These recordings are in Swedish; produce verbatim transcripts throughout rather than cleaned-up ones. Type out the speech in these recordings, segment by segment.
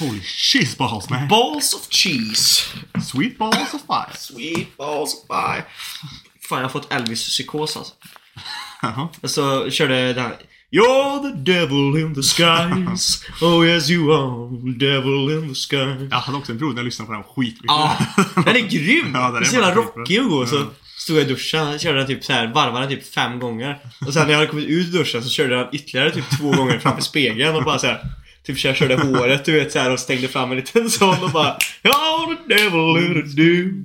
Holy cheese balls, man. Balls of cheese. Sweet balls of fire. Sweet balls of fire. Fan, jag har fått Elvis-psykos alltså. Uh-huh. Så körde den här. You're the devil in the skies. Oh yes you are, devil in the skies. Jag hade också en bror när jag lyssnade på den skit. Ja, den är grym. Ja, den är det är så jävla bara rockig och gå. Så ja. stod jag i duschen, körde den typ så här, varvade den typ fem gånger. Och sen när jag hade kommit ut i duschen så körde jag den ytterligare typ två gånger framför spegeln och bara så här, typ jag körde håret, du vet så här, och stängde fram en liten sån och bara oh the devil in the doom.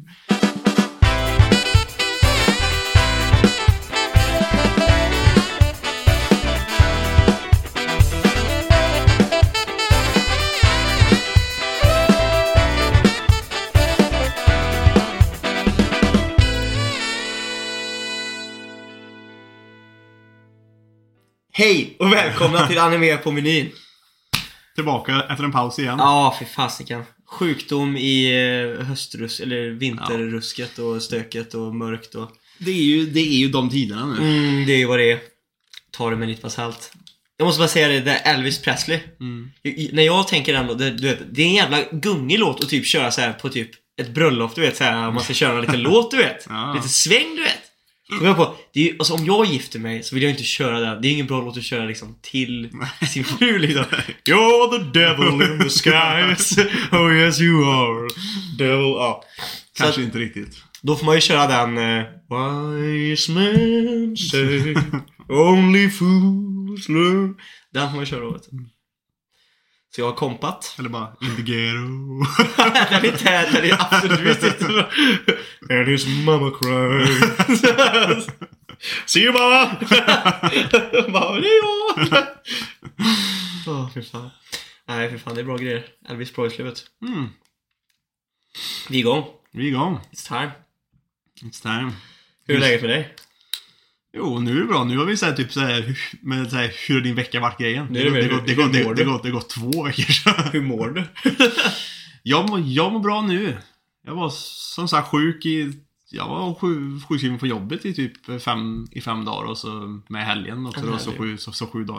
Hej och välkomna till Anime på menyn. Tillbaka efter en paus igen. Ja, för fasiken. Sjukdom i höstrus eller vinterrusket och stöket och mörkt och... Det är ju, det är ju de tiderna nu. Mm, det är ju vad det är. Ta det med nytt salt. Jag måste bara säga det, det är Elvis Presley. Mm. Jag, när jag tänker ändå, det, du vet, det är en jävla gungig låt att typ köra så här på typ ett bröllop, du vet så här, om man ska köra en liten låt, du vet. Ja. Lite sväng, du vet. Kom jag på, det är ju, alltså, om jag gifter mig så vill jag inte köra det. Det är ingen bra låt att köra liksom till sin fru liksom. You're the devil in the skies. Oh yes you are. Devil, ja. Kanske att, inte riktigt. Då får man ju köra den uh, Wise men say only fools learn. Den får man köra då, vet du. Så jag har kompat. Eller bara in the ghetto. Den är inte, den är absolut inte. And his mama cried. See you mama. Bara, det är jag. Åh, för fan. Nej, för fan, det är bra grejer. Elvis Presley, vet du. Mm. Vi är igång. Vi är igång. It's time. It's time. Hur är läget med dig? Jo, nu är det bra. Nu har vi så här, typ så här, med så här, hur har din vecka varit grejen? Det, det, det, det, det, det, det, det, går, det går två veckor sedan. Hur mår du? jag, mår, jag mår bra nu. Jag var som sagt sjuk i... Jag var sjuk, sjukskriven på jobbet i typ fem, i fem dagar. Och så med helgen också. Då, så, sju, så, så sju dagar.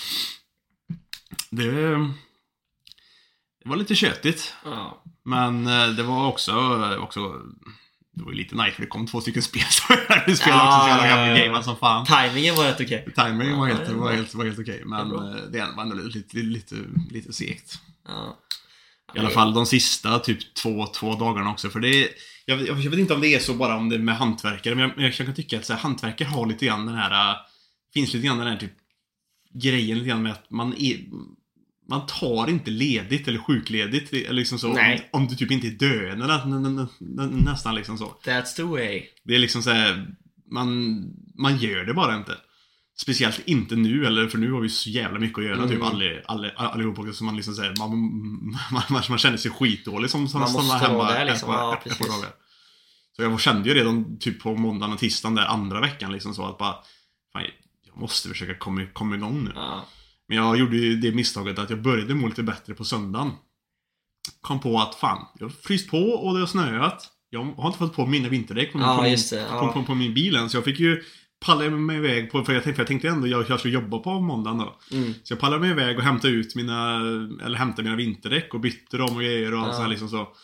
Det, det var lite köttigt. Ja. Men det var också... också det var lite nice för det kom två stycken spel så vi spelade också så jävla gamla gamer som fan. Timingen var rätt okej. Okay. Timingen var helt, var helt, var helt okej. Okay. Men det, det var ändå lite, lite, lite segt. Ja. I alla fall de sista typ två, två dagarna också. För det är, jag, jag vet inte om det är så bara om det är med hantverkare. Men jag, jag kan tycka att så här, hantverkare har lite grann den här... Finns lite grann den här typ grejen lite grann med att man är... Man tar inte ledigt eller sjukledigt eller liksom så om, om du typ inte är döende nä, nä, nä, nä, nästan liksom så. That's the way. Det är liksom så här, man man gör det bara inte. Speciellt inte nu eller för nu har vi så jävla mycket att göra mm. typ alla alla allihopa så man liksom säger man man, man man känner sig skitdålig som som man måste hemma där liksom. Ja, precis. Så jag kände ju redan typ på måndagen och tisdagen där andra veckan liksom så att bara fan, jag måste försöka komma komma igång nu. Ja. Men jag gjorde ju det misstaget att jag började må lite bättre på söndagen. Kom på att fan, jag har fryst på och det har snöat. Jag har inte fått på mina vinterdäck på, ja, på, just det, ja. på, på, på min bil än. Så jag fick ju palla mig iväg på, för jag tänkte, för jag tänkte ändå jag, jag skulle jobba på måndagen då. Mm. Så jag pallade mig iväg och hämtade ut mina, eller hämtade mina vinterdäck och bytte dem och grejer och allt ja. Så här liksom så.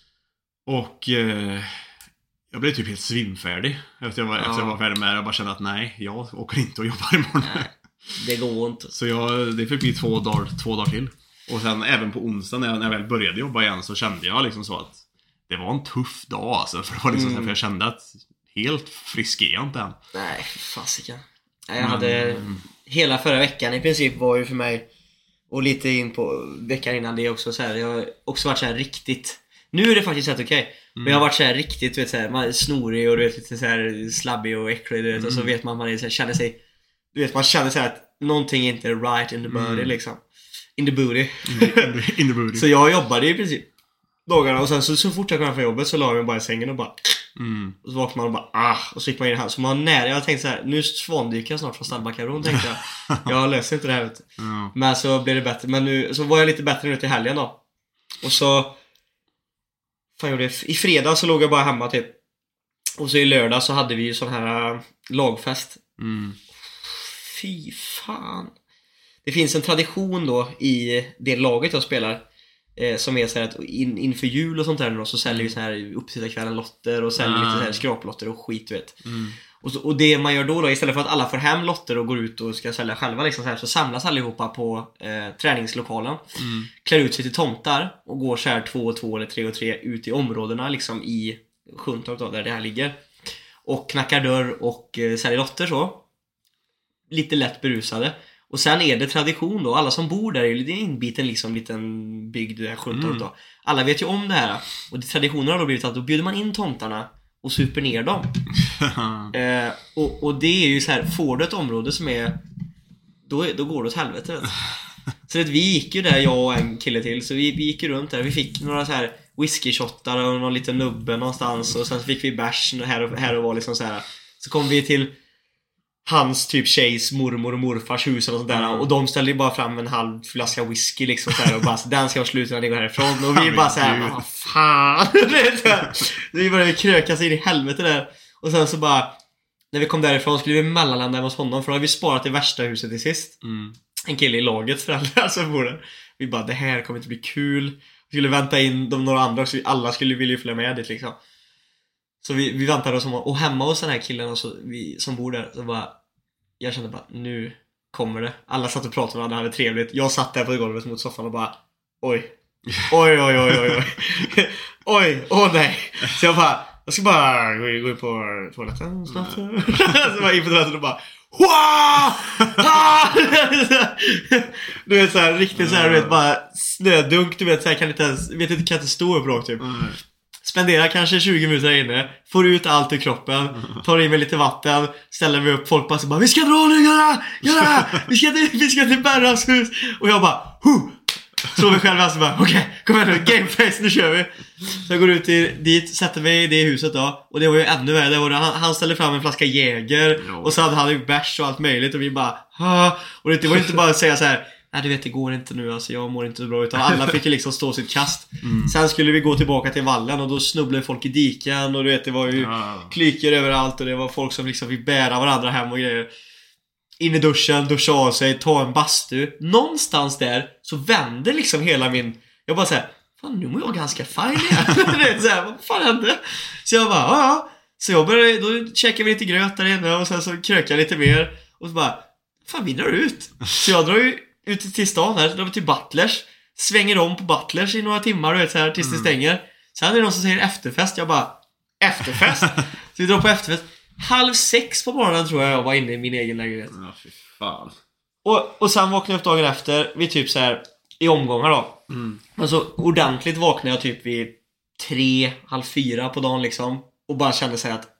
Och eh, jag blev typ helt svimfärdig efter jag var, ja. efter jag var färdig med det och bara kände att nej, jag åker inte och jobbar imorgon. Nej. Det går inte. Så jag, det fick bli två dagar, två dagar till. Och sen även på onsdag när jag, när jag väl började jobba igen så kände jag liksom så att det var en tuff dag alltså. För, det var liksom mm. så, för jag kände att helt frisk är jag inte än. Nej, fasiken. Jag Men, hade hela förra veckan i princip var ju för mig och lite in på veckan innan det också så här. Jag har också varit så här riktigt. Nu är det faktiskt rätt okej. Okay. Mm. Men jag har varit så här riktigt, du vet så här, man är snorig och du vet lite så här slabbig och äcklig du vet mm. och så vet man man är så här, känner sig du vet man känner så här att någonting är inte right in the body mm. liksom. In the booty. In the, in the booty. Så jag jobbade i princip dagarna och sen så, så fort jag kom från jobbet så la jag mig bara i sängen och bara mm. och så vaknade man och bara ah och så gick man in här så man nära jag tänkte så här nu svandyker jag snart från Stallbackaron tänkte jag. Jag löser inte det här vet du. Mm. Men så blev det bättre men nu så var jag lite bättre nu till helgen då. Och så fan gjorde det i fredag så låg jag bara hemma typ. Och så i lördag så hade vi ju sån här uh, lagfest. Mm. Fy fan. Det finns en tradition då i det laget jag spelar eh, som är så här att in, inför jul och sånt där så säljer vi så här uppsittarkvällen lotter och säljer mm. lite så här skraplotter och skit, du vet. Mm. Och, så, och det man gör då, då istället för att alla får hem lotter och går ut och ska sälja själva liksom så, här, så samlas allihopa på eh, träningslokalen, mm. klär ut sig till tomtar och går så här två och två eller tre och tre ut i områdena liksom i Sjuntorp då, där det här ligger, och knackar dörr och eh, säljer lotter så. Lite lätt berusade. Och sen är det tradition då, alla som bor där är ju inbiten liksom liten bygd där Sjuntorp mm. då. Alla vet ju om det här. Och det, traditionen har då blivit att då bjuder man in tomtarna och super ner dem. eh, och, och det är ju så här, får du ett område som är då, då går det åt helvete, vet. Så att vi gick ju där, jag och en kille till. Så vi, vi gick ju runt där, vi fick några så här whisky-shottar och någon liten nubbe någonstans. Och sen så fick vi bärs här och, här och var liksom så här. Så kom vi till hans typ tjejs mormor och morfars hus och sånt där, mm. och de ställde ju bara fram en halv flaska whisky liksom så här, och bara så, den ska vara slut när ni går härifrån, och vi bara så här, vad fan. Vi började kröka sig in i helvete där. Och sen så bara när vi kom därifrån skulle vi mellanlanda hos honom, för då hade vi sparat det värsta huset till sist. Mm. En kille i lagets föräldrar som bor där. Vi bara, det här kommer inte bli kul. Vi skulle vänta in de några andra också, alla skulle vilja följa med dit liksom. Så vi, vi väntade oss om, och hemma hos den här killen och så, vi, som bor där, så bara, jag kände bara, nu kommer det. Alla satt och pratade och det hade trevligt. Jag satt där på golvet mot soffan och bara, oj. Oj, oj, oj, oj, oj. Oj, åh nej. Så jag bara, jag ska bara gå, gå in på toaletten snabbt. Så bara in på toaletten och bara, wow! Du vet så här, riktigt så här, du vet, bara snödunk, du vet så här, kan inte ens, vet inte, kan inte stå upp rakt typ. Spenderar kanske tjugo minuter där inne, får ut allt ur kroppen, tar in med lite vatten, ställer vi upp, folk bara så bara, vi ska dra nu, göra, göra, vi ska till, vi ska till Berras hus. Och jag bara, huh! Så vi själva så bara, okej, okay, kom igen nu, gameface, nu kör vi. Så jag går ut i, dit, sätter mig i det huset då. Och det var ju ännu värre, det var det, han, han ställde fram en flaska Jäger, och så hade han ju bärs och allt möjligt. Och vi bara, ha. Och det var ju inte bara att säga så här, nej du vet, det går inte nu, alltså jag mår inte så bra. Utan alla fick ju liksom stå sitt kast. mm. Sen skulle vi gå tillbaka till vallen, och då snubblade folk i diken. Och du vet, det var ju ja. klyker överallt, och det var folk som liksom fick bära varandra hem och grejer. In i duschen, duscha av sig, ta en bastu. Någonstans där så vände liksom hela min, jag bara såhär, fan nu mår jag ganska fine igen. Så här, vad fan hände? Så jag bara, ja. Så jag började, då käkade vi lite gröt där inne, och sen så krökade jag lite mer. Och så bara, fan vi drar ut. Så jag drar ju ut till stan här, drar vi till Butlers, svänger om på Butlers i några timmar, du vet, så här, tills det stänger. Sen är det någon som säger efterfest. Jag bara, efterfest? Så vi drar på efterfest. Halv sex på morgonen tror jag jag var inne i min egen lägenhet. Ja, fy fan. Och, och sen vaknade jag upp dagen efter, vi typ så här i omgångar då. Mm. Men så ordentligt vaknade jag typ vid tre, halv fyra på dagen liksom. Och bara kände så här att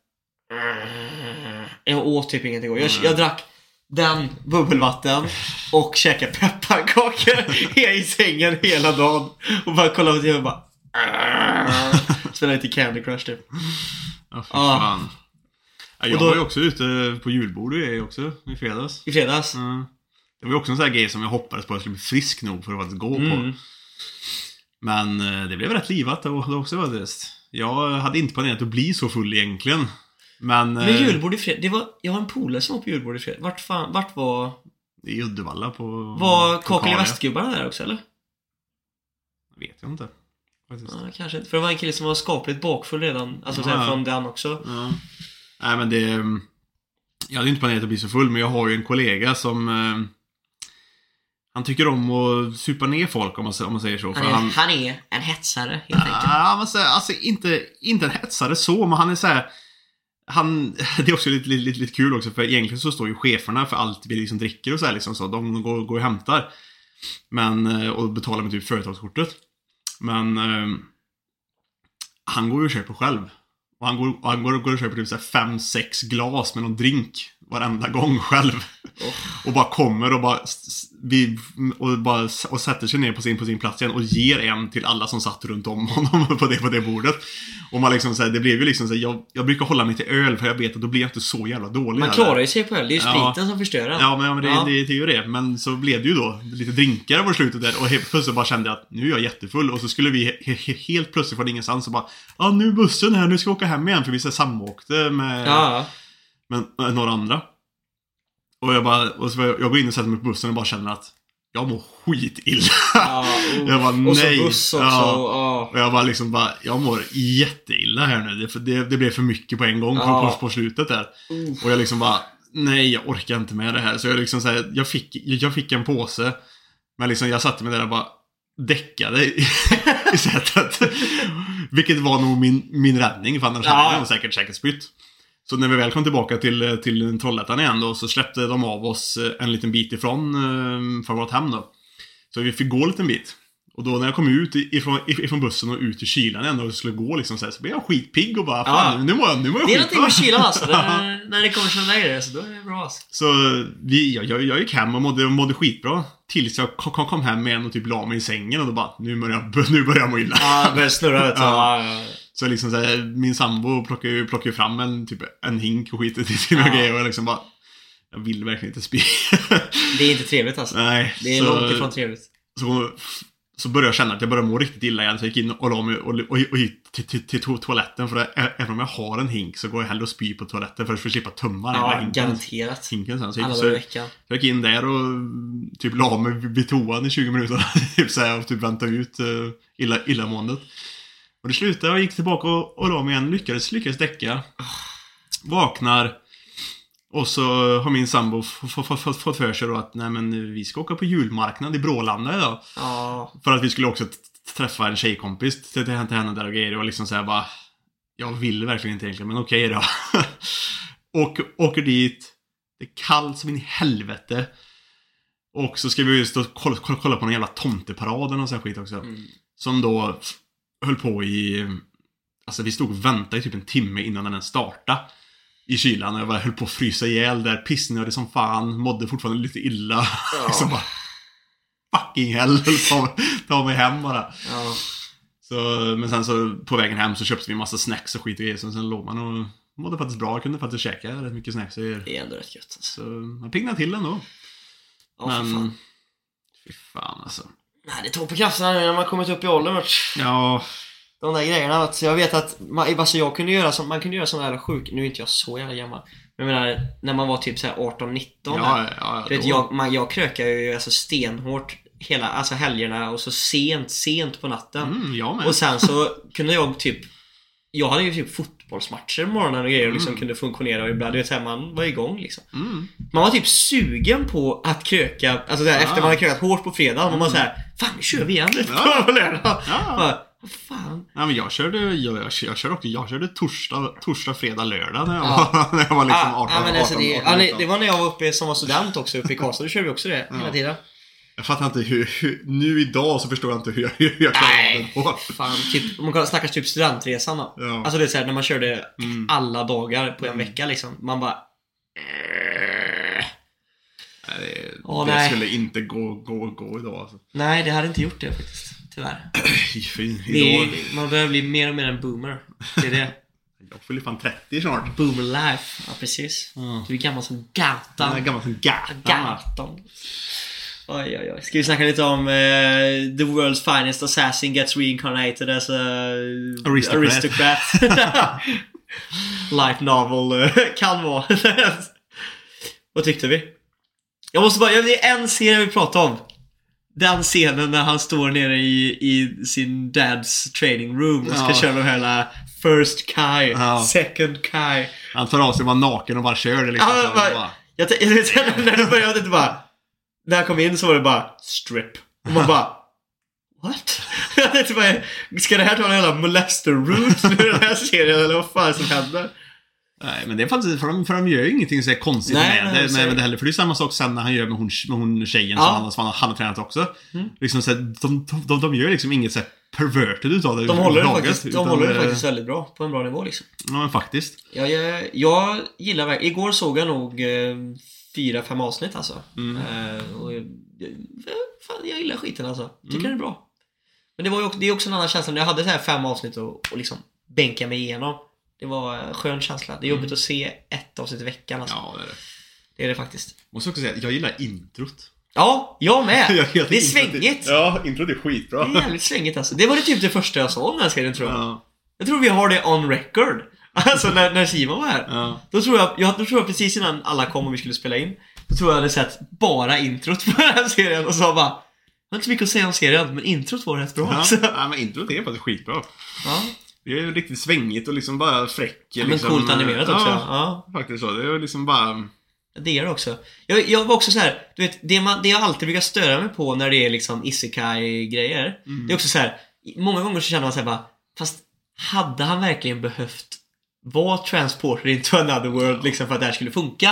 jag åt typ ingenting. Jag, jag drack den bubbelvatten och käkade pepparkakor i sängen hela dagen. Och bara kollade på T V och bara spelade lite Candy Crush typ. Ja, fy fan. Ja, jag då, var ju också ute på julbordet också i fredags. I fredags? Mm. Det var ju också en sån här grej som jag hoppades på att jag skulle bli frisk nog för att gå mm. på. Men det blev rätt livat och det också var det. Jag hade inte planerat att bli så full egentligen. Men, Men julbord i fredags, det var, jag har en polare som var på julbord i fredags. Vart, fan, vart var... I Uddevalla på... Var Kakel i Västgubbarna där också, eller? Vet jag inte. Ja, kanske inte. För det var en kille som var skapligt bakfull redan. Alltså ja. Från den också. Ja. Nej, men det... Jag hade inte planerat att bli så full, men jag har ju en kollega som... Eh, han tycker om att supa ner folk, om man, om man säger så. Han är, han, han är en hetsare, helt enkelt. Ja, man säger, alltså inte, inte en hetsare så, men han är så här... Han, det är också lite, lite, lite kul också, för egentligen så står ju cheferna för allt vi liksom dricker och så här, liksom så. De går, går och hämtar. Men, och betalar med typ företagskortet. Men... Eh, han går ju och köper själv. Och han går och, han går och, går och köper typ så här fem, sex glas med någon drink varenda gång själv. Oh. Och bara kommer och bara, vi, och bara och sätter sig ner på sin, på sin plats igen och ger en till alla som satt runt om honom på det, på det bordet. Och man liksom så här, det blev ju liksom så här, jag, jag brukar hålla mig till öl för jag vet att då blir jag inte så jävla dålig. Man klarar ju sig på öl, det är ju spriten ja. som förstör den. Ja, men, ja, men det, ja. Det, det, det är ju det. Men så blev det ju då lite drinkar på slutet där. Och helt plötsligt bara kände jag att nu är jag jättefull. Och så skulle vi he, he, helt plötsligt från ingenstans så bara, ja nu är bussen här, nu ska vi åka hem igen. För vi så samåkte med, ja. med, med några andra. Och jag bara, och så jag går in och sätter mig på bussen och bara känner att jag mår skitilla. Ja, jag bara, nej. Och så buss också. Ja. Ja. Och jag var liksom bara, jag mår jätteilla här nu. Det, det, det blev för mycket på en gång ja. på, på slutet där. Uh. Och jag liksom bara, nej, jag orkar inte med det här. Så jag liksom så här, jag fick, jag fick en påse. Men liksom jag satte mig där och bara däckade i, i sättet. Vilket var nog min, min räddning. För annars ja. hade jag säkert säkert spytt. Så när vi väl kom tillbaka till, till Trollhättan igen då, så släppte de av oss en liten bit ifrån från vårt hem då. Så vi fick gå en liten bit. Och då när jag kom ut ifrån, ifrån bussen och ut i kylan igen och skulle gå liksom så, här, så blev jag skitpigg och bara, fan, ja. nu mår jag, nu mår jag det är skit, någonting med kylan alltså, när, när det kommer sådana grejer så då är det bra alltså. Så vi, jag, jag, jag gick hem och mådde, mådde skitbra. Tills jag kom, kom hem igen och typ la mig i sängen och då bara, nu börjar jag, nu börjar jag må illa. Ja, börjar snurra ut. Ja. Ja. Så liksom så här, min sambo plockar ju, plockar ju fram en, typ, en hink och skiter till sina ja. grejer och jag liksom bara, jag vill verkligen inte spy. Det är inte trevligt alltså. Nej. Det är så, långt ifrån trevligt. Så, så började jag känna att jag började må riktigt illa igen. Så jag gick in och la mig och, och, och gick till, till, till to- toaletten. För att, även om jag har en hink så går jag hellre och spy på toaletten för att få slippa tömma den. Ja, garanterat. Hinken sen. Så, alla så, dagar i veckan. Så jag gick in där och typ la mig vid toan i tjugo minuter. typ så här, och typ väntade ut uh, illa, illamåendet. Och det slutade, jag gick tillbaka och, och la mig igen. Lyckades, lyckades däcka. Vaknar. Och så har min sambo f- f- f- fått för sig då att nej, men vi ska åka på julmarknad i Brålanda idag. Ja. För att vi skulle också t- träffa en tjejkompis till, till henne där och grejer. Och liksom säga bara, jag vill verkligen inte egentligen, men okej då. och åker dit. Det är kallt som in i helvete. Och så ska vi just kolla, kolla, kolla på någon jävla tomteparaden och så här skit också. Mm. Som då f- höll på i... Alltså vi stod och väntade i typ en timme innan den startade. I kylan och jag bara höll på att frysa ihjäl där. Pissnödig som fan. Mådde fortfarande lite illa. Ja. Så bara, fucking hell. Ta, ta mig hem bara. Ja. Så, men sen så på vägen hem så köpte vi en massa snacks och skit och grejer. Så sen låg man och mådde faktiskt bra. Jag kunde faktiskt käka rätt mycket snacks. Och det är ändå rätt gött. Så man piggade till ändå. Ja, men, för fan. Fy fan alltså. Nej, det tog på krafterna nu när man kommit upp i åldern. Ja. De där grejerna, alltså jag vet att man, alltså jag kunde göra som, man kunde göra sån här sjuk. Nu är inte jag så jävla gammal. Men jag menar, när man var typ så här arton nitton. Ja, ja, ja, vet, jag, man, jag krökar ju alltså stenhårt hela, alltså helgerna och så sent, sent på natten. Mm, jag med. Och sen så kunde jag typ, jag hade ju typ fotbollsmatcher morgonen och grejer och liksom mm. kunde funktionera och ibland, du vet, så här, man var igång liksom. Mm. Man var typ sugen på att kröka, alltså där, ja. efter man hade krökat hårt på fredag och man var så här, fan nu kör vi igen lite ja. på lördag. Ja. Bara, fan. Ja, men jag körde jag, jag, jag körde också jag körde torsdag torsdag fredag lördag när jag ja. var när jag var liksom arton. Ja, men alltså det, arton, ja, det var när jag var uppe som var student också uppe i Karlstad. Då körde vi också det ja. hela tiden. Jag fattar inte hur, hur nu idag så förstår jag inte hur jag, hur jag klarar det på. Fan, typ om man snackar typ studentresan då. Ja. Alltså det är så här, när man körde mm. alla dagar på en mm. vecka liksom. Man bara nej, det, oh, det nej. skulle inte gå gå gå idag alltså. Nej, det hade inte gjort det faktiskt. Tyvärr. Idag... Man börjar bli mer och mer en boomer. Det är det. Jag fyller fan trettio snart. Boomer life. Ja, precis. Mm. Du är gammal som gatan. Jag är gammal som gatan. Gatan. Oj, oj, oj. Ska vi snacka lite om uh, The World's Finest Assassin Gets Reincarnated as a aristocrat, aristocrat. Light novel uh, kan vara. Vad tyckte vi? Jag måste bara, det är en serie vi pratar om. Den scenen när han står nere i, i sin dads training room och ska ja. köra de här first Kai, ja. second Kai. Han tar av sig, var naken och bara kör det liksom. Ja, bara, bara. Jag tänkte när det började inte bara, när han kom in så var det bara strip. Och man bara, what? Jag tänkte bara, ska det här ta en jävla molester route nu den här serien eller vad fan som händer? Nej, men det är faktiskt, för de, för de gör ju ingenting så konstigt nej, med, nej, det, med, med det heller. För det är samma sak sen när han gör med hon, med hon tjejen ja. som, han, som han, han har tränat också. Mm. Liksom så här, de, de, de gör liksom inget så här perverted utav det. De håller det faktiskt, de utan, håller det faktiskt väldigt bra, på en bra nivå liksom. Ja, men faktiskt. Jag, jag, jag gillar verkligen, igår såg jag nog eh, fyra, fem avsnitt alltså. Mm. Eh, och jag, fan, jag gillar skiten alltså. Tycker mm. det är bra. Men det var ju också, det är också en annan känsla när jag hade så här fem avsnitt och, och liksom bänka mig igenom. Det var en skön känsla. Det är jobbigt mm. att se ett avsnitt i veckan alltså. Ja, det är det. Det är det faktiskt. Måste också säga, jag gillar introt. Ja, jag med. jag, jag det är svängigt. Ja, introt är skitbra. Det är jävligt svängigt alltså. Det var det typ det första jag sa om den här serien, tror jag. Ja. Jag tror vi har det on record. Alltså när, när Simon var här. Ja. Då tror jag, jag, då tror jag precis innan alla kom och vi skulle spela in. då tror jag hade sett bara introt på den här serien och så bara, jag har inte så mycket att säga om serien, men introt var rätt bra. Ja, ja men introt är faktiskt skitbra. Ja. Det är ju riktigt svängigt och liksom bara fräck. Ja, men liksom, coolt animerat också. Ja, ja. faktiskt så. Det är liksom bara... Det är det också. Jag, jag var också så här, du vet, det, man, det jag alltid brukar störa mig på när det är liksom isekai-grejer. Mm. Det är också så här, många gånger så känner man sig bara, fast hade han verkligen behövt vara transported into another world liksom för att det här skulle funka?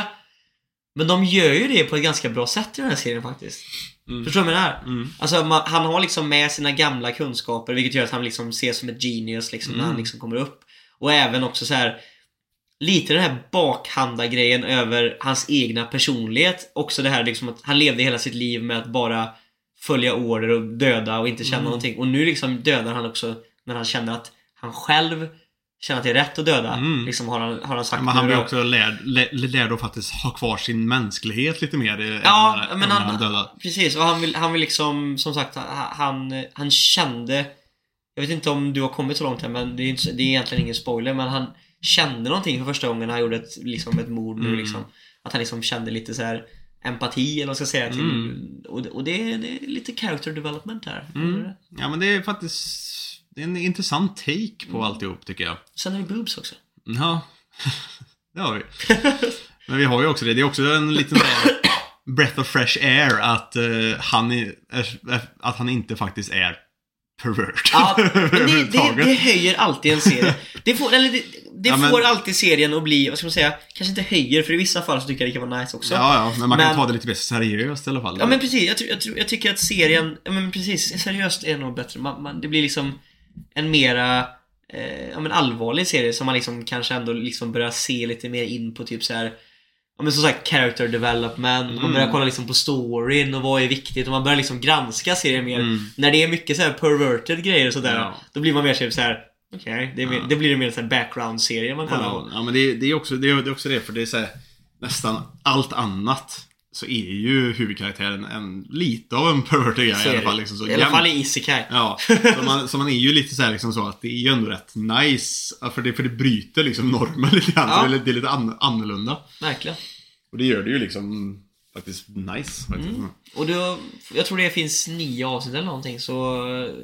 Men de gör ju det på ett ganska bra sätt i den här serien faktiskt. Mm. Förstår du vad jag menar? Mm. Alltså man, han har liksom med sina gamla kunskaper, vilket gör att han liksom ses som ett genius liksom, mm. när han liksom kommer upp. Och även också så här, lite den här bakhanda grejen över hans egna personlighet. Också det här liksom att han levde hela sitt liv med att bara följa order och döda och inte känna mm. någonting. Och nu liksom dödar han också när han känner att han själv känner att det är rätt att döda. Mm. Liksom har han, har han sagt. Men han blir också lärd, lärd, lärd att faktiskt ha kvar sin mänsklighet lite mer. Ja, när, men han, han dödar. Precis, och han vill, han vill liksom, som sagt, han, han kände, jag vet inte om du har kommit så långt här, men det är, inte, det är egentligen ingen spoiler, men han kände någonting för första gången när han gjorde ett, liksom ett mord nu, mm. liksom. Att han liksom kände lite så här empati, eller vad ska jag säga till, mm. och, och det, är, det är lite character development här. Mm. Ja, men det är faktiskt, det är en intressant take på mm. alltihop, tycker jag. Sen har vi boobs också. Ja, det har vi. Men vi har ju också det. Det är också en liten breath of fresh air att, uh, han, är, är, att han inte faktiskt är pervert. Ja, men det, det, det höjer alltid en serie. Det får, eller det, det ja, men, får alltid serien att bli, vad ska man säga, kanske inte höjer, för i vissa fall så tycker jag det kan vara nice också. Ja, ja, men man men, kan ta det lite mer seriöst i alla fall. Ja, men precis. Jag, jag, jag tycker att serien, ja, men precis, seriöst är nog bättre. Man, man, det blir liksom en mera eh, ja, men allvarlig serie som man liksom kanske ändå liksom börjar se lite mer in på typ så här, ja, men som sagt character development. Mm. Man börjar kolla liksom på storyn och vad är viktigt, och man börjar liksom granska serien mer. Mm. När det är mycket så här perverted grejer och sådär, ja. Då blir man mer så här, okej, okay, det, ja. det blir det mer en background-serie man kollar ja. på. Ja, men det, det, är också, det, är, det är också det, för det är så här, nästan allt annat så är ju huvudkaraktären en, lite av en perverted guy i alla fall. Liksom, så I alla fall i isekai. Ja, så man, så man är ju lite så här liksom så att det är ju ändå rätt nice, för det, för det bryter liksom normen lite grann, ja. det, är, det är lite an, annorlunda. Verkligen. Och det gör det ju liksom faktiskt nice. Faktiskt. Mm. Och då, jag tror det finns nio avsnitt eller någonting, så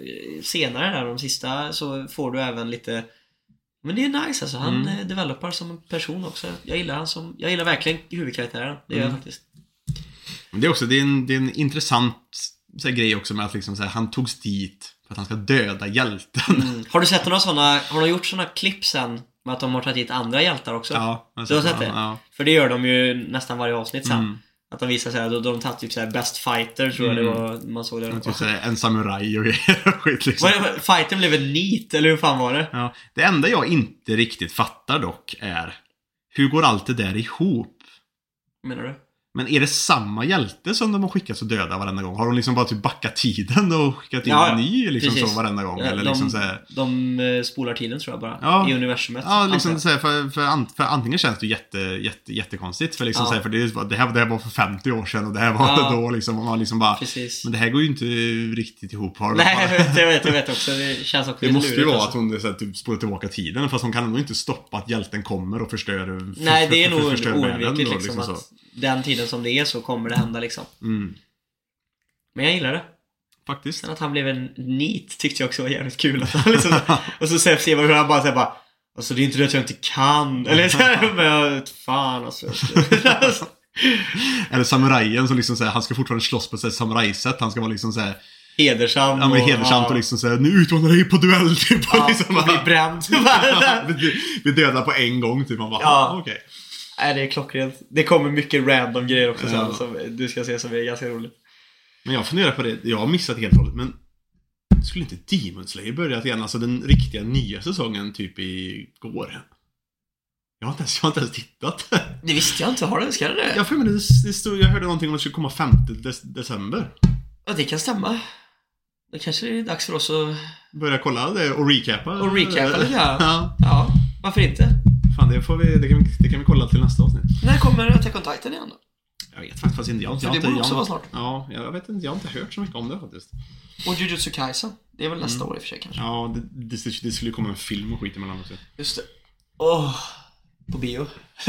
senare där, de sista, så får du även lite. Men det är nice alltså, han mm. developar som en person också. Jag gillar han som, jag gillar verkligen huvudkaraktären. Det gör mm. jag faktiskt. Men det är också, det är en, det är en intressant så här, grej också med att liksom, så här, han togs dit för att han ska döda hjälten. Mm. Har du sett några sådana, har de gjort sådana klipp sen med att de har tagit hit andra hjältar också? Ja, du har sett det? Ja. För det gör de ju nästan varje avsnitt sen. Mm. Att de visar sig, då de tagit typ såhär best fighter, tror jag mm. det var, man såg det. Typ såhär, en samurai och skit liksom. Fighten blev en neat, eller hur fan var det? Ja. Det enda jag inte riktigt fattar dock är, hur går allt det där ihop? Menar du? Men är det samma hjälte som de har skickat och döda varenda gång? Har de liksom bara typ backat tiden och skickat in ja, en ny liksom så varenda gång? Ja, eller de, liksom så här... de spolar tiden tror jag bara, ja, i universumet. Ja, liksom så här, för, för, för antingen känns det jätte, jätte, jättekonstigt. För, liksom ja. så här, för det, det, här, det här var för femtio år sedan och det här var ja. då liksom, och man liksom bara, precis. Men det här går ju inte riktigt ihop. Har Nej, jag vet, jag vet, jag vet också. Det känns också det måste ju vara alltså. Att hon så här, typ, spolar tillbaka tiden, fast hon kan ändå inte stoppa att hjälten kommer och förstör. För, Nej, det är för, nog oundvikligt liksom, liksom att den tiden som det är så kommer det hända liksom. Mm. Men jag gillar det. Faktiskt. Sen att han blev en neat tyckte jag också var jävligt kul. Att han liksom, och så ser man hur han bara säger bara, alltså det är inte det att jag inte kan. Eller så här, men jag, fan alltså. Eller samurajen som liksom säger, han ska fortfarande slåss på ett samurajsätt. Han ska vara liksom så här hedersam. Ja, men hedersamt och, och liksom säga, nu utmanar dig på duell typ. Ja, liksom, och bli bränd. Vi dödar på en gång typ. Man bara, ja. okej. Okay. Nej, det är klockrent. Det kommer mycket random grejer också sen, ja. Som du ska se som är ganska roligt. Men jag funderar på det, jag har missat helt och hållet, men skulle inte Demon Slayer börjat igen, alltså den riktiga nya säsongen typ igår? Jag har inte ens, jag har inte ens tittat. Det visste jag inte, har det? Ska det? Jag, för mig, det, det stod, jag hörde någonting om att det skulle komma femte december. Ja, det kan stämma. Det kanske är dags för oss att börja kolla det och recapa. Och recapa det, ja. ja. Ja, varför inte? Fan, det, får vi, det, kan vi, det kan vi kolla till nästa avsnitt. När kommer Attack on Titan igen då? Jag vet faktiskt inte. Jag, För jag, det borde jag, också jag, vara snart. Ja, jag vet inte. Jag har inte hört så mycket om det faktiskt. Och Jujutsu Kaisen. Det är väl nästa mm. år i och för sig kanske. Ja, det, det, det skulle komma en film och skit emellan också. Just det. Åh. På bio.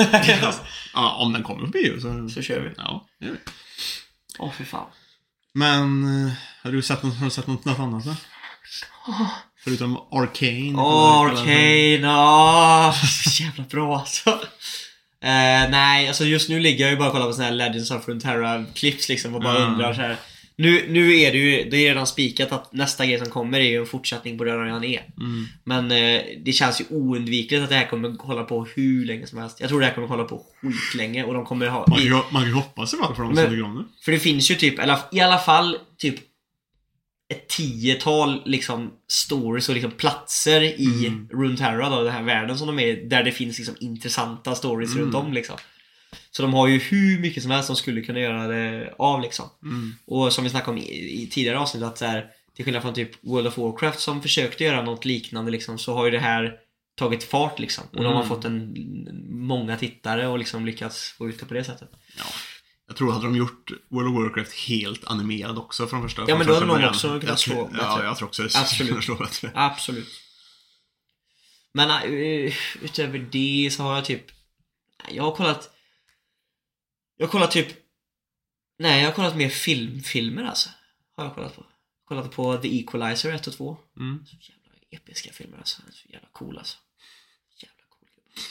Ja, om den kommer på bio så, så kör vi. Ja, det gör vi. Åh, för fan. Men har du sett något, har du sett något annat då? Oh. Förutom Arcane. Åh, oh, Arcane. Åh, så jävla bra alltså. uh, Nej, alltså just nu ligger jag ju bara och kollar på såna här Legends of Runeterra-clips liksom. Och bara mm. undrar så här. Nu, nu är det ju, det är redan spikat att nästa grej som kommer är ju en fortsättning på det jag redan är. Mm. Men eh, det känns ju oundvikligt att det här kommer hålla på hur länge som helst. Jag tror det här kommer hålla på skitlänge och de kommer ha... Man kan, man kan hoppas i varje fall för de som det. För det finns ju typ, eller i alla fall typ ett tiotal liksom stories och liksom platser i mm. Runeterra då, den här världen som de är, där det finns liksom intressanta stories mm. runt om liksom. Så de har ju hur mycket som helst som skulle kunna göra det av liksom. Mm. Och som vi snackade om i, i tidigare avsnitt att så här, till skillnad från typ World of Warcraft som försökte göra något liknande liksom, så har ju det här tagit fart liksom. Och mm. de har fått en många tittare och liksom lyckats få ut det på det sättet. Ja. Jag tror att de gjort World of Warcraft helt animerad också från första. Ja, men då hade de början. också kunnat slå bättre. Ja, jag tror också det Absolut. slå bättre. Absolut. Men uh, utöver det så har jag typ jag har kollat Jag har kollat typ Nej, jag har kollat mer filmfilmer alltså. Har jag kollat på. Jag har kollat på The Equalizer ett och två. Mm. Så jävla episka filmer alltså. Så jävla cool alltså. Jävla cool.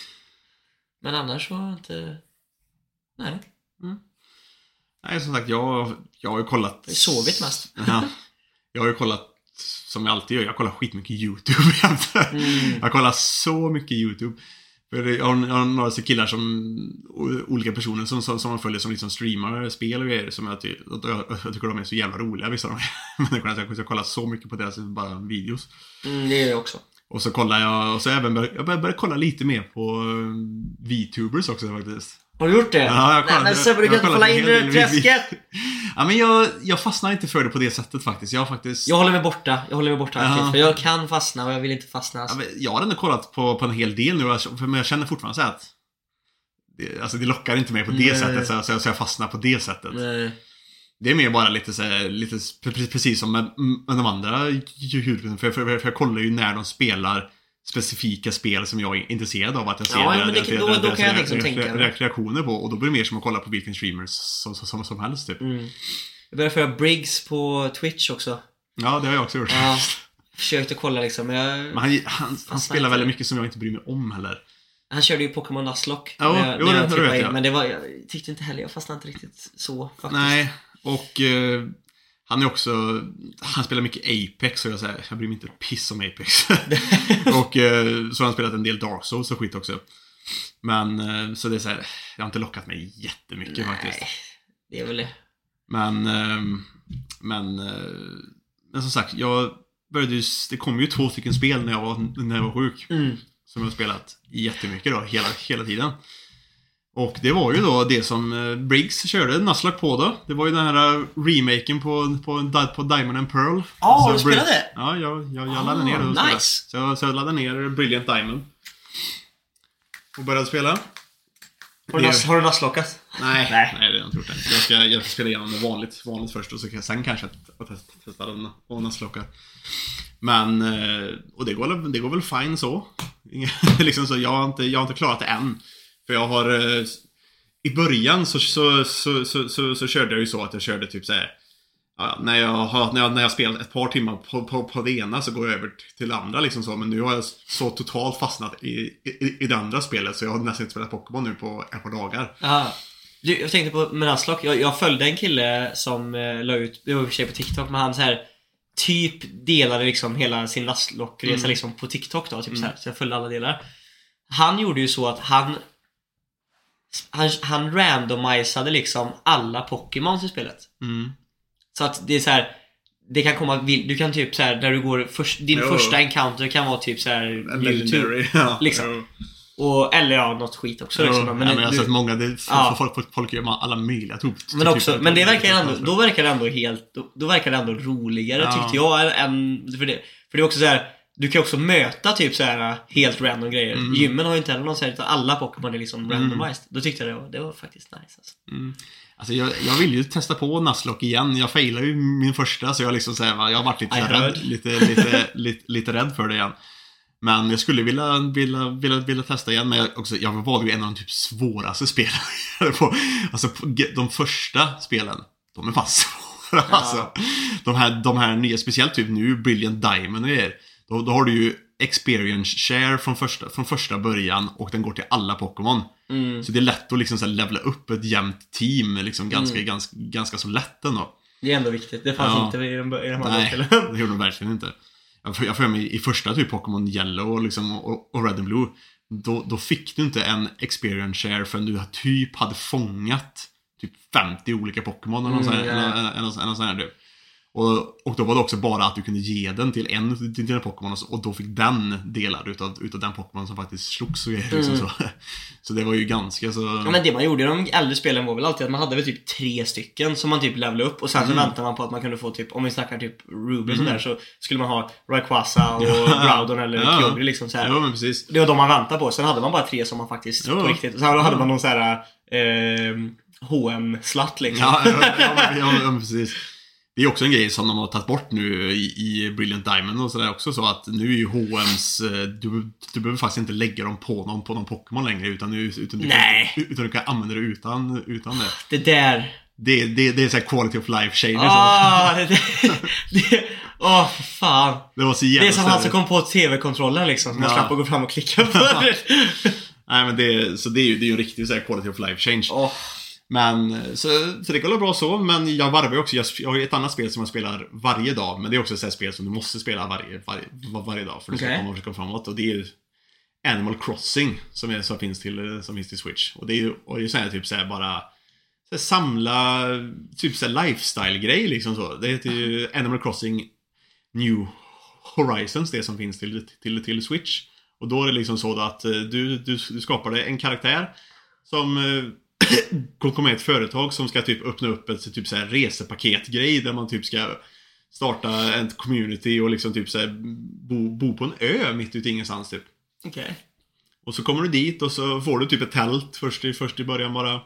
Men annars var jag inte Nej. Mm. Nej, som sagt, jag, jag har ju kollat... Jag har sovit mest. Ja, jag har ju kollat, som jag alltid gör, jag kollar skitmycket YouTube. mm. Jag kollar så mycket YouTube. För jag har, jag har några killar som, olika personer som, som, som man följer som liksom streamar spel och grejer som jag, ty, jag, jag tycker de är så jävla roliga, vissa av de människorna. Jag, jag kollar så mycket på deras bara videos. Mm, det är jag också. Och så kollar jag, och så även bör, jag börjar börja kolla lite mer på VTubers också faktiskt. Har du gjort det? Ja, jag kollar, Nej, men så brukar jag kolla in det träsket. Ja, men jag, jag fastnar inte för det på det sättet faktiskt. Jag faktiskt... Jag håller mig borta. Jag håller mig borta aktivt, för jag kan fastna och jag vill inte fastna. Alltså. Ja, men jag har ändå kollat på, på en hel del nu, men jag känner fortfarande så att det, alltså det lockar inte mig på det Nej. sättet så, så, jag, så jag fastnar på det sättet. Nej. Det är mer bara lite så här, lite precis som med, med de andra YouTube, för, för, för jag kollar ju när de spelar specifika spel som jag är intresserad av att jag ser ja, där, men det, då, då, då kan jag liksom re- tänka re- reaktioner på, och då blir det mer som att kolla på vilken streamers som, som, som helst typ. Mm. Jag började följa Briggs på Twitch också. Ja, det har jag också gjort. Ja, försökte kolla liksom. Jag, men han, han, han spelar väldigt mycket som jag inte bryr mig om heller. Han körde ju Pokémon Nuzlocke. Ja, när, jo, när det, jag det vet in, jag. Men det var, jag tyckte inte heller, jag fastnade inte riktigt så faktiskt. Nej, och eh, han är också, han spelar mycket Apex och jag säger, jag bryr mig inte piss om Apex. Och eh, så har han spelat en del Dark Souls och skit också. Men eh, så det är så här, jag har inte lockat mig jättemycket. Nej, faktiskt. Det är väl det. Men eh, men eh, men som sagt, jag började ju, det kom ju två stycken spel när jag var när jag var sjuk. Mm. Som jag har spelat jättemycket då hela hela tiden. Och det var ju då det som Briggs körde Nuzlocke på då. Det var ju den här remaken på, på, på Diamond and Pearl. Ja, oh, du spelade det? Ja, jag, jag, jag laddade oh, ner det. Nice. Så jag, så jag laddade ner Brilliant Diamond. Och började spela. Har du, det... har du Nuzlockat? Nej, nej, nej, det har jag inte gjort det. Jag ska, jag ska spela igenom det vanligt, vanligt först och så kan, sen kanske att testa, testa den och Nuzlocka. Men, och det går, det går väl fine så. liksom så jag har, inte, jag har inte klarat det än. För jag har eh, i början så, så, så, så, så, så körde jag ju så att jag körde typ så här, ja, när jag har när jag, när jag spelat ett par timmar på, på, på det ena så går jag över till det andra liksom så. Men nu har jag så totalt fastnat i, i, i det andra spelet så jag har nästan inte spelat Pokémon nu på ett par dagar. Aha. Du, jag tänkte på med Nuzlocke, jag, jag följde en kille som eh, la ut, det var i och för sig på TikTok, men han så här typ delade liksom hela sin Nuzlocke-resa mm. liksom på TikTok då, typ mm. så här, så jag följde alla delar. Han gjorde ju så att han Han, han randomisade liksom alla Pokémon i spelet. Mm. Så att det är så här, det kan komma, du kan typ så här, där du går först, din jo. första encounter kan vara typ så här Mewtwo, ja, liksom. Och eller ja, något skit också liksom. Men, ja, men jag har sett många det, ja. folk, folk, folk gör alla möjliga typ, men också typ, men det verkar ändå då verkar det ändå helt då, då verkar det ändå roligare ja. tyckte jag än för det för det är också så här. Du kan också möta typ så här helt random grejer. Mm. Gymmen har ju inte heller någon sätt att alla Pokémon är liksom mm. randomized. Då tyckte jag det var, det var faktiskt nice alltså. Mm. Alltså jag, jag vill ju testa på Nuzlocke igen. Jag failade ju min första så jag liksom så här, jag har varit lite rädd, lite, lite, lite, lite rädd för det igen. Men jag skulle vilja, vilja, vilja, vilja testa igen. Men jag, också, jag valde ju en av de typ svåraste spelen på, alltså på, de första spelen, de är fan svåra. Ja. Alltså, de, här, de här nya, speciellt typ nu Brilliant Diamond och er, då, då har du ju experience share från första, från första början. Och den går till alla Pokémon. mm. Så det är lätt att liksom så här levla upp ett jämnt team liksom ganska, mm. ganska, ganska så lätt ändå. Det är ändå viktigt, det fanns ja. inte i de, i de andra spelen. Nej, det gjorde de verkligen inte. Jag får mig i första typ Pokémon Yellow liksom, och, och Red and Blue, då, då fick du inte en experience share förrän du typ hade fångat typ femtio olika Pokémon eller något mm, yeah. sånt här typ. Och, och då var det också bara att du kunde ge den till en till dina Pokémon, och då fick den delad utav, utav den Pokémon som faktiskt slogs och grejer, liksom, mm. så. Så det var ju ganska så... Ja, men det man gjorde i de äldre spelen var väl alltid att man hade väl typ tre stycken som man typ levlade upp, och sen så mm. väntade man på att man kunde få typ, om vi snackar typ Ruby mm. och sådär, så skulle man ha Rayquaza och Groudon eller ja. Kyogre liksom så här. Ja, men precis. Det var de man väntade på, sen hade man bara tre som man faktiskt ja. på riktigt, och sen hade man någon så här eh, H M-slatt liksom. Ja, ja, ja, ja, ja, precis. Det är också en grej som de har tagit bort nu i, i Brilliant Diamond och sådär också, så att nu är ju H M's, du, du behöver faktiskt inte lägga dem på någon, på någon Pokémon längre, utan, nu, utan, du, Nej. Kan, utan du kan använda det utan, utan det. Det där... Det, det, det är så här quality of life change. Ah, det, det, åh, oh, fan. Det var så jävla. Det är som han som kom på tv-kontrollen liksom, som ja. man slapp att gå fram och klicka på det. Nej, men det, så det är ju det är ju en riktig så här quality of life change. Oh. Men, så, så det går bra så. Men jag varvar ju också, jag, jag har ju ett annat spel som jag spelar varje dag. Men det är också ett spel som du måste spela varje, varje, varje dag för att okay. du ska komma framåt. Och det är ju Animal Crossing som, är, som, finns, till, som finns till Switch. Och det är ju, och det är så här, typ så här, bara så här, samla typ så här lifestyle-grej liksom så. Det heter ju Animal Crossing New Horizons, det som finns till, till, till Switch. Och då är det liksom så att du, du, du skapar en karaktär som kommer med ett företag som ska typ öppna upp ett typ så här resepaketgrej där man typ ska starta en community och liksom typ så här bo, bo på en ö mitt ute ingenstans typ. Okej. Okay. Och så kommer du dit och så får du typ ett tält först i, först i början bara.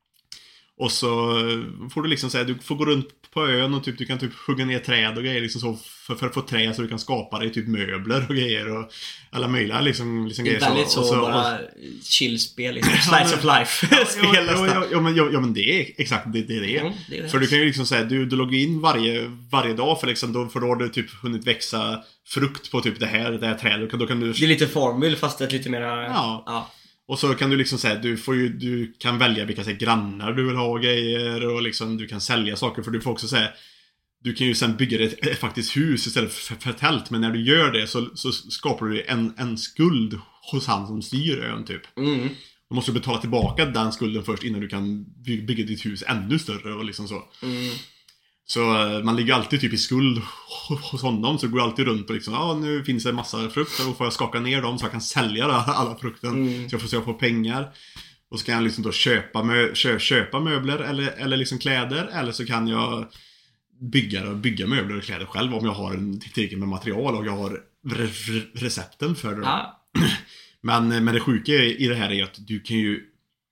Och så får du liksom säga, du får gå runt på ön och typ, du kan typ hugga ner träd och grejer liksom så för, för att få trä så du kan skapa dig typ möbler och grejer och alla möjliga liksom, liksom det är grejer. Väldigt så, och så bara och, chill-spel liksom. Slice of life spel ja, ja, ja, ja, men, ja, ja men det är exakt det, det är det. Mm, det är för du kan ju liksom säga, du, du loggar in varje, varje dag för, liksom, då, för då har du typ hunnit växa frukt på typ det här, det här trädet. Då kan du... Det är lite formul fast ett lite mer... Ja. ja. Och så kan du liksom säga, du får ju, du kan välja vilka så här, grannar du vill ha och grejer och liksom du kan sälja saker, för du får också säga, du kan ju sen bygga ett, ett faktiskt hus istället för, för ett tält, men när du gör det så, så skapar du en, en skuld hos han som styr ön typ. Mm. Du måste betala tillbaka den skulden först innan du kan bygga ditt hus ännu större och liksom så. Mm. Så man ligger alltid typ i skuld hos honom. Så det går alltid runt och liksom, ja ah, nu finns det en massa frukt. Och får jag skaka ner dem så jag kan sälja alla frukten. Mm. Så jag får, så jag får pengar. Och så kan jag liksom då köpa, mö- kö- köpa möbler eller, eller liksom kläder. Eller så kan jag bygga, bygga möbler och kläder själv om jag har en tillräckligt med material och jag har re- recepten för det. Ja. Men, men det sjuka i det här är att du kan ju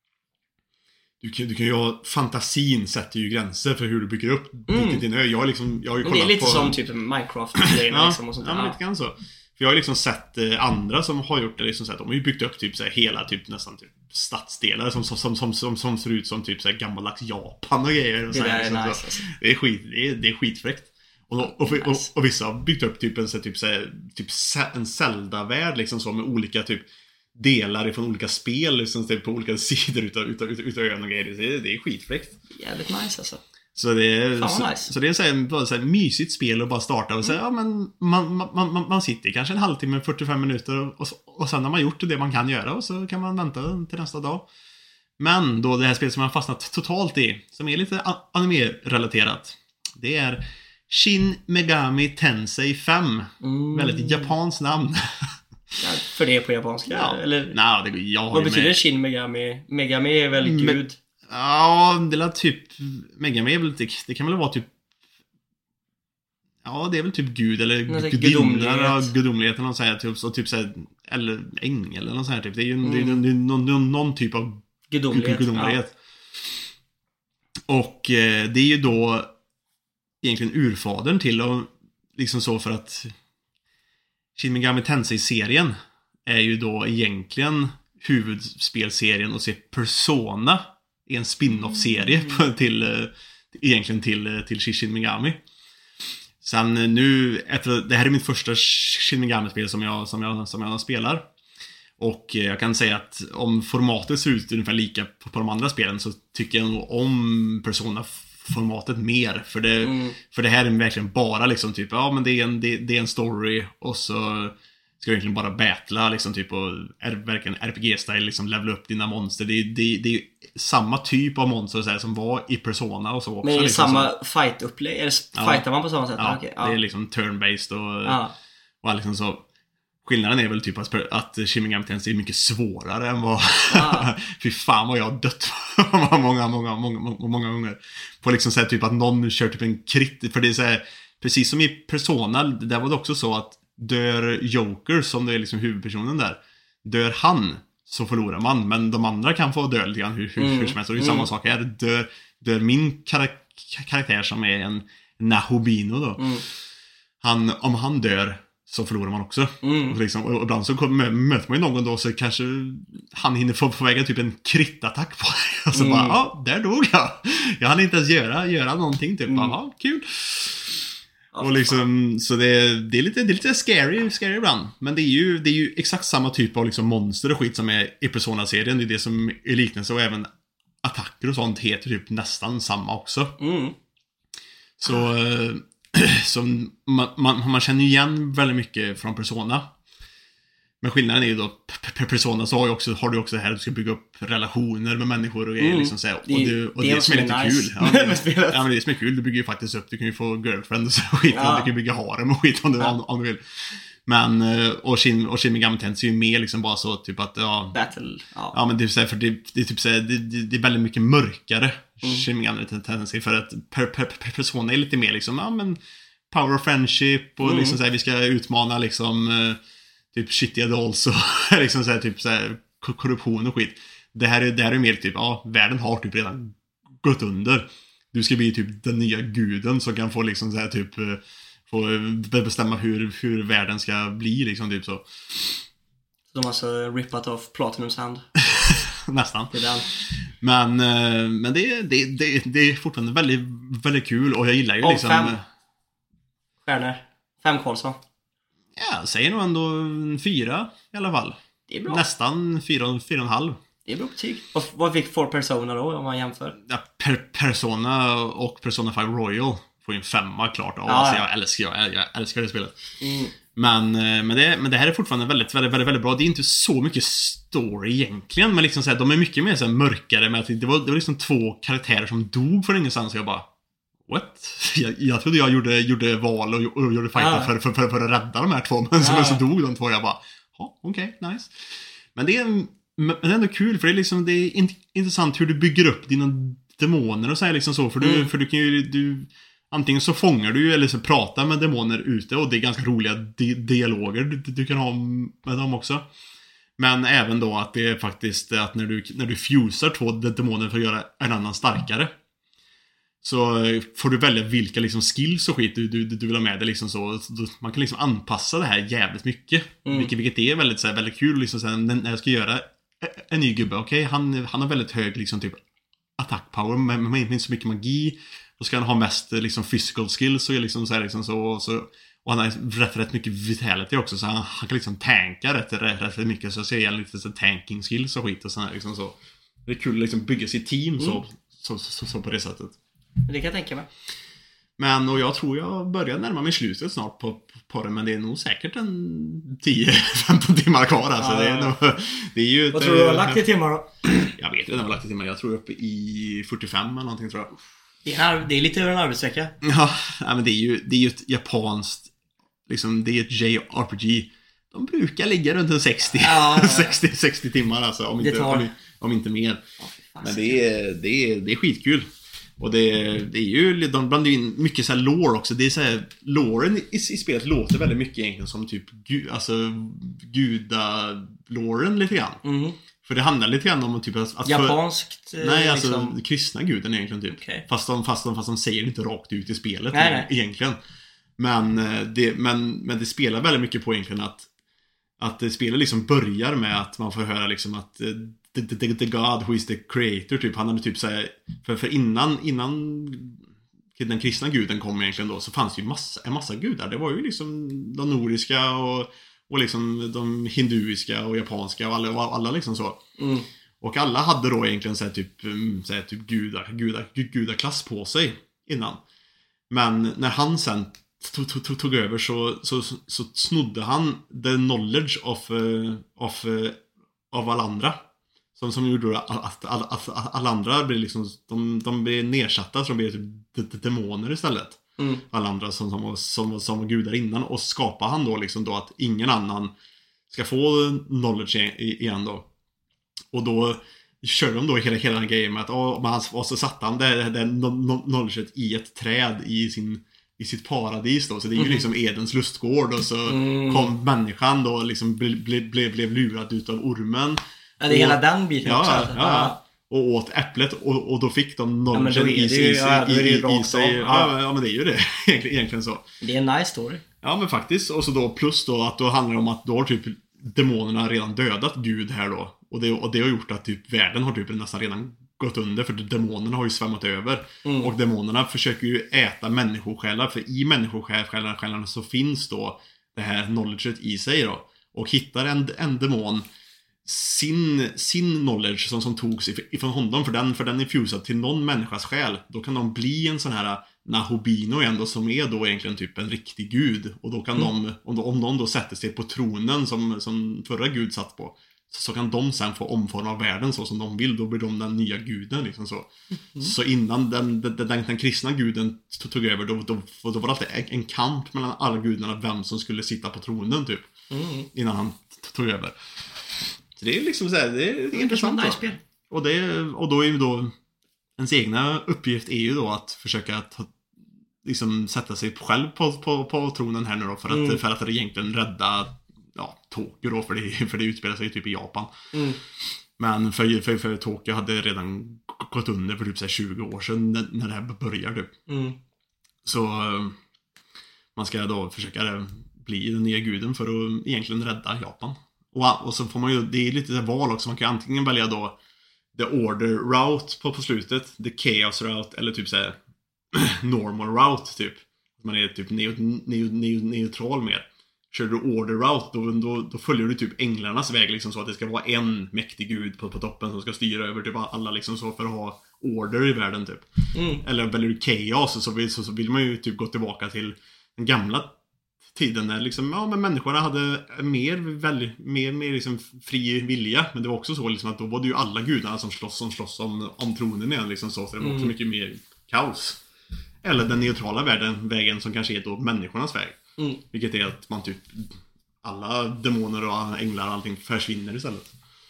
Du kan, du kan ju ha, fantasin sätter ju gränser för hur du bygger upp mm. din ö. Jag har liksom, jag har ju kollat på... Det är lite på, som typ Minecraft-grejerna ja, liksom och sånt där. Ja, men lite grann så. För jag har ju liksom sett eh, andra som har gjort det liksom så att de har ju byggt upp typ så här, hela typ nästan typ stadsdelar som, som, som, som, som, som ser ut som typ så här gammaldags Japan och grejer. Och det så här, är liksom, nice, så. Alltså. Det är skit, det är, det är skitfräckt. Och, och, och, och, och vissa har byggt upp typ en, så här, typ, så här, typ en Zelda-värld liksom så med olika typ delar ifrån olika spel liksom, typ, på olika sidor utav, utav, utav, utav ön och grejer. Det, det är skitfräckt. Jävligt nice alltså. Så det är, Fan, så, nice. så det är så här, bara så här mysigt spel att bara starta och säga, mm. ja men man, man, man, man sitter kanske en halvtimme, fyrtiofem minuter och, och, och sen har man gjort det man kan göra och så kan man vänta till nästa dag. Men då det här spelet som man har fastnat totalt i, som är lite anime-relaterat, det är Shin Megami Tensei fem. Mm. Väldigt japanskt namn. Ja, för det är på japanska? Ja. Eller? Nej, det, jag vad betyder med... Shin Megami? Megami är väl Me- gud? Ja, det är typ Megami är väl, det, det kan väl vara typ, ja, det är väl typ gud eller gudomlighet, gudomlighet eller något sånt här, typ, så typ så här, eller ängel eller något sånt här typ. Det är ju mm. det är, det är någon, någon, någon typ av gudomlighet. gudomlighet. Ja. Och eh, det är ju då egentligen urfadern till och liksom så för att Shin Megami Tensei-serien är ju då egentligen huvudspelserien och se Persona är en spin-off-serie mm. till egentligen till till Shin Megami. Sen nu efter det här är mitt första Shin Megami-spel som jag som jag som jag spelar. Och jag kan säga att om formatet ser ut ungefär lika på, på de andra spelen så tycker jag nog om Persona-formatet mer. För det, mm. för det här är verkligen bara liksom typ, ja men det är en, det, det är en story och så ska du egentligen bara battla liksom typ och är verkligen R P G-style liksom levela upp dina monster. Det, det, det är ju samma typ av monster så här, som var i Persona och så också. Men är det liksom, samma så. fight-upplägg? Eller ja. Fightar man på samma sätt? Ja, okay, ja. Det är liksom turn-based och, ja. och liksom så. Skillnaden är väl typ att, att Shin Megami Tensei är mycket svårare än vad... Ah. Fy fan vad jag har dött många, många, många, många, många gånger. På liksom så här, typ att någon kör typ en krit. För det är så här, precis som i Persona, där var det också så att dör Joker, som det är liksom huvudpersonen där, dör han så förlorar man. Men de andra kan få dö lite grann hur, hur, mm. hur som helst. Och det är mm. samma sak här. Dör, dör min karak- karaktär som är en Nahobino då. Mm. Han, om han dör så förlorar man också. Mm. Och, liksom, och ibland så kommer, möter man ju någon då så kanske han hinner få på vägen typ en kritattack på dig. Och så mm. bara, ja, där dog jag. Jag hann inte ens göra, göra någonting typ. Mm. Ja, kul. Och liksom, så det, det, är lite, det är lite scary, scary ibland. Men det är ju, det är ju exakt samma typ av liksom monster och skit som är i Persona-serien. Det är det som är liknande. Och även attacker och sånt heter typ nästan samma också. Mm. Så... Så man, man, man känner ju igen väldigt mycket från Persona. Men skillnaden är ju då per Persona så har, ju också, har du också det här att du ska bygga upp relationer med människor och grejer mm. liksom så här. Och det, det, och det, det som är lite nice. Kul ja, det, ja men det som är kul, du bygger ju faktiskt upp. Du kan ju få girlfriend och så skit ja. Du kan ju bygga harem och skit om du, ja. om, om du vill. Men och Shin, och Shin Megami Tensei är ju mer liksom bara så typ att ja, battle ja, ja men det är så här, för det, det är typ så här, det, det, det är väldigt mycket mörkare mm. Shin Megami Tensei för att per, per, per Persona är lite mer liksom ja men power of friendship och mm. liksom så här, vi ska utmana liksom typ shitty adults och liksom så här, typ så här, korruption och skit. Det här är det här är mer typ ja, världen har typ redan gått under. Du ska bli typ den nya guden som kan få liksom så här typ få bestämma hur hur världen ska bli liksom typ så. De har alltså rippat off Platinums hand. Nästan. Det är den. Men men det det det det är fortfarande väldigt väldigt kul och jag gillar ju och liksom fem stjärnor. Fem Karlsson. Ja, säger nog ändå en fyra i alla fall. Det är bra. Nästan fyra, fyra och en halv. Det är bra betyg. Och vad fick för Persona då om man jämför? Ja, per Persona och Persona fem Royal får ju en femma klart. Ja, alltså, jag älskar jag, jag älskar det spelet. Mm. Men men det men det här är fortfarande väldigt väldigt väldigt väldigt bra. Det är inte så mycket story egentligen, men liksom så här, de är mycket mer så här mörkare med att det var det var liksom två karaktärer som dog för ingenstans så jag bara what? Jag, jag trodde jag gjorde, gjorde val och, och gjorde fighter ah. för, för, för, för att rädda de här två. Men ah. så dog de två. Jag bara, ja, okej, okay, nice. Men det är, men det är ändå kul. För det är, liksom, det är in, intressant hur du bygger upp dina demoner och så här liksom så. För du, mm. för du kan ju, du, antingen så fångar du eller så pratar med demoner ute. Och det är ganska roliga di- dialoger du, du kan ha med dem också. Men även då att det är faktiskt att när du, när du fusar två demoner för att göra en annan starkare. Så får du välja vilka liksom skills och skit du, du, du vill ha med dig liksom så, så man kan liksom anpassa det här jävligt mycket. Mm. Vilket, vilket är väldigt, så här, väldigt kul liksom, så här, när jag ska göra en ny gubbe. Okej, okay, han, han har väldigt hög liksom, typ attack power, men, men inte så mycket magi. Då ska han ha mest liksom, physical skills och, liksom, så här, liksom, så, så, och han har rätt, rätt mycket vitality också. Så han, han kan liksom tanka rätt, rätt, rätt mycket. Så jag ser igen lite så tanking skills och skit och så här, liksom, så. Det är kul att liksom, bygga sitt team mm. så, så, så, så, så på det sättet. Det kan jag tänka mig. Men och jag tror jag börjar närma mig slutet snart på, på det. Men det är nog säkert en tio femton timmar kvar alltså. Ja, det är nog, det är ju vad ett, tror du du har lagt i timmar då? Jag vet inte när jag har lagt i timmar. Jag tror uppe i fyrtiofem eller någonting tror jag. Det är, det är lite över en arbetsvecka. Ja, men det är ju, det är ju ett japanskt liksom, det är ett J R P G. De brukar ligga runt en sextio, ja, ja. sextio, sextio timmar alltså. Om inte, om, om inte mer. Ja, men det är, det, är, det är skitkul. Och det, det är ju, de blandar in mycket så här lore också. Det är så här, loren i, i spelet låter väldigt mycket egentligen som typ gu, alltså guda-loren lite grann. Mm. För det handlar lite grann om typ att... japanskt? För, nej, alltså liksom... kristna guden egentligen typ. Okay. Fast, de, fast, de, fast de säger inte rakt ut i spelet nej, nej. egentligen. Men det, men, men det spelar väldigt mycket på egentligen att att det spelet liksom börjar med att man får höra liksom att the, the, the God who is the creator typ, han hade typ så här, för, för innan innan den kristna guden kom egentligen då, så fanns det ju massa, en massa gudar. Det var ju liksom de nordiska och, och liksom de hinduiska och japanska och alla, och alla liksom så. Mm. Och alla hade då egentligen så här typ, så här typ gudar, gudar, gudaklass på sig innan. Men när han sen tog, tog, tog över så, så, så snodde han the knowledge of, uh, of, uh, av alla andra. Som, som gjorde att, att, att, att alla andra blir liksom, de, de blir nedsatta, så de blir typ demoner istället. Mm. Alla andra som, som, som, som var gudar innan. Och skapar han då liksom då att ingen annan ska få knowledge igen då. Och då körde de då hela, hela den grejen med att oh, man, och så satte han det, det knowledge i ett träd i, sin, i sitt paradis då. Så det är ju liksom Edens lustgård. Och så mm. kom människan då liksom ble, ble, ble, blev lurad utav ormen. Ja, det är och, hela den biten ja, också. Ja, ja. Och åt äpplet och, och då fick de knowledge ja, i sig. Ja, i, i, i sig. Ja, ja, men det är ju det egentligen, egentligen så. Det är en nice story. Ja, men faktiskt. Och så då plus då att då handlar det om att då har typ demonerna redan dödat Gud här då. Och det, och det har gjort att typ världen har typ nästan redan gått under, för demonerna har ju svämmat över. Mm. Och demonerna försöker ju äta människosjälar, för i människosjälarna så finns då det här knowledget i sig då. Och hittar en, en demon sin, sin knowledge som, som togs ifrån honom, för den, för den är fusad till någon människas själ, då kan de bli en sån här Nahobino ändå, som är då egentligen typ en riktig gud. Och då kan mm. de, om, de, om de då sätter sig på tronen som, som förra gud satt på, så, så kan de sen få omforma världen så som de vill. Då blir de den nya guden liksom så. Mm. Så innan den, den, den, den kristna guden tog över, då, då, då var det alltid en kamp mellan alla gudarna vem som skulle sitta på tronen typ. Mm. Innan han tog över. Så det är liksom så här, det är, det är mm, intressant det är nice. och, det, och då är ju då ens egna uppgift är ju då att försöka ta, liksom sätta sig själv på, på, på tronen här nu då, för att, mm. för att egentligen rädda ja, Tokyo då, för det, för det utspelar sig typ i Japan. Mm. Men för, för, för Tokyo hade redan gått under för typ så här tjugo år sedan när, när det här började. Mm. Så man ska då försöka bli den nya guden för att egentligen rädda Japan. Och, och så får man ju, det är lite så här val också, man kan antingen välja då the order route på, på slutet, the chaos route, eller typ så här normal route typ. Man är typ neo, neo, neo, neutral mer. Kör du order route, då, då, då följer du typ änglarnas väg liksom, så att det ska vara en mäktig gud på, på toppen som ska styra över typ alla liksom, så för att ha order i världen typ. Mm. Eller väljer du chaos, så vill, så, så vill man ju typ gå tillbaka till den gamla tiden när liksom, ja, men människorna hade mer, väldigt, mer, mer liksom fri vilja. Men det var också så liksom, att då var det ju alla gudarna som slåss, som slåss om, om tronen igen liksom, så, så det var också mm. mycket mer kaos. Eller den neutrala världen, vägen som kanske är då människornas väg. Mm. Vilket är att man typ alla demoner och änglar och allting försvinner istället.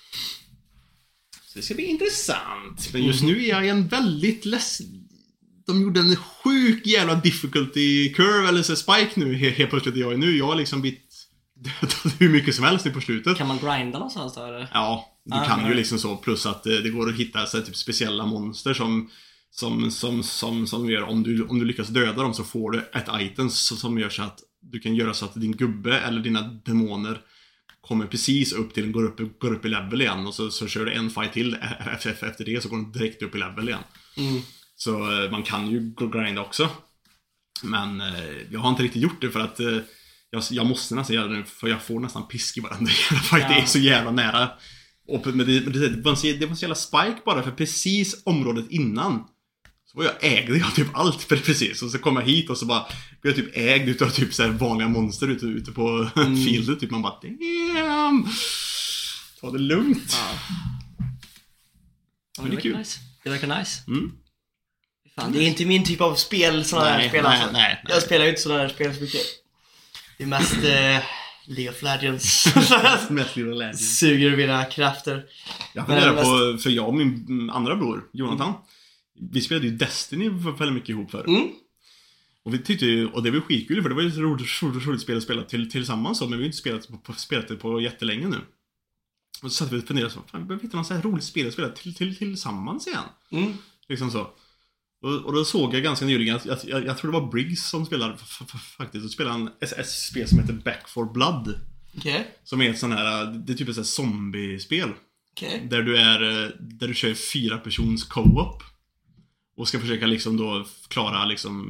Så det ska bli intressant. Men just nu är jag en väldigt ledsen. De gjorde en sjuk jävla difficulty curve eller så spike nu helt plötsligt. Jag är nu jag har liksom blivit dödad hur mycket som helst nu på slutet. Kan man grinda någonstans då eller? Ja, du ah, kan nej. ju liksom så, plus att det går att hitta så här, typ speciella monster som som som som som gör om du om du lyckas döda dem så får du ett item som gör så att du kan göra så att din gubbe eller dina demoner kommer precis upp till går upp går upp i level igen, och så så kör du en fight till efter efter det, så går du direkt upp i level igen. Mm. Så man kan ju grinda också. Men eh, jag har inte riktigt gjort det för att eh, jag, jag måste nästan göra det nu, för jag får nästan pisk i varandra. För ja. Det är så jävla nära. Och, men det, det, det, var en, det var en jävla spike bara, för precis området innan så var jag ägde jag typ allt för precis. Och så kom jag hit och så bara blev jag typ ägd utav typ så här vanliga monster ute, ute på mm. fieldet. Typ man bara, damn! Ta det lugnt. Ja. Men det är kul. Nice. Det verkar nice. Mm. Fan, det är inte min typ av spel, sådana här spel alltså. nej, nej, nej. Jag spelar ju inte sådana här spel så mycket. Det är mest eh, League of Legends. Mest League of Legends. Suger mina krafter. Jag funderar mest... på, för jag och min andra bror, Jonathan, mm. vi spelade ju Destiny väldigt mycket ihop för. Mm. Och vi tyckte ju, och det var skitkul, för det var ju ett roligt, roligt, roligt spel att spela till, tillsammans, men vi har ju inte spelat, på, spelat det på jättelänge nu. Och så satt vi och funderade så, fan, vi behöver hitta någon så här roligt spel att spela till, till, tillsammans igen. Mm. Liksom så. Och, och då såg jag ganska nyligen att jag, jag, jag tror det var Briggs som spelade f- f- faktiskt, och spelade en S S-spel som heter Back for Blood. Okay. Som är ett sån här, det är typ ett zombie-spel. Okay. Där du är, där du kör fyra persons co-op. Och ska försöka liksom då klara liksom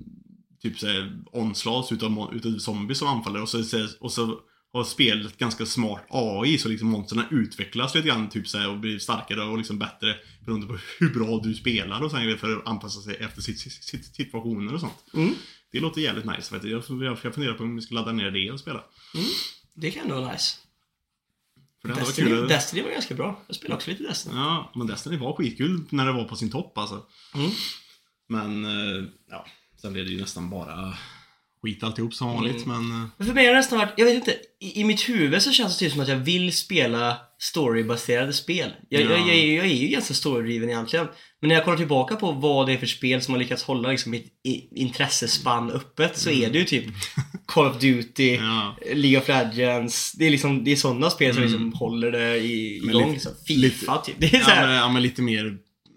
typ såhär onslaughts utav, utav zombies som anfaller. Och så, och så har spelet ganska smart A I, så liksom monsterna utvecklas lite grann typ såhär, och blir starkare och liksom bättre beroende på hur bra du spelar och sen för att anpassa sig efter sitt, sitt, sitt situationer och sånt. Mm. Det låter jävligt nice. Vet du. Jag, jag, jag funderar på om vi ska ladda ner det och spela. Mm. Det kan nog vara nice. För det Destiny, var kul. Destiny var ganska bra. Jag spelade också lite Destiny. Ja, men Destiny var skitkul när det var på sin topp alltså. Mm. Men ja, sen blev det ju nästan bara skit alltihop som vanligt. Mm. Men... men för mig har det nästan varit, jag vet inte, i, i mitt huvud så känns det typ som att jag vill spela storybaserade spel. Jag, ja. jag, jag, jag är ju ganska storydriven egentligen. Men när jag kollar tillbaka på vad det är för spel som har lyckats hålla liksom mitt intressespann öppet, så mm. är det ju typ Call of Duty, ja. League of Legends. Det är liksom, det är sådana spel som liksom mm. håller det i, igång. Liksom. FIFA lite, typ. Det är så här, ja, men, ja, men lite mer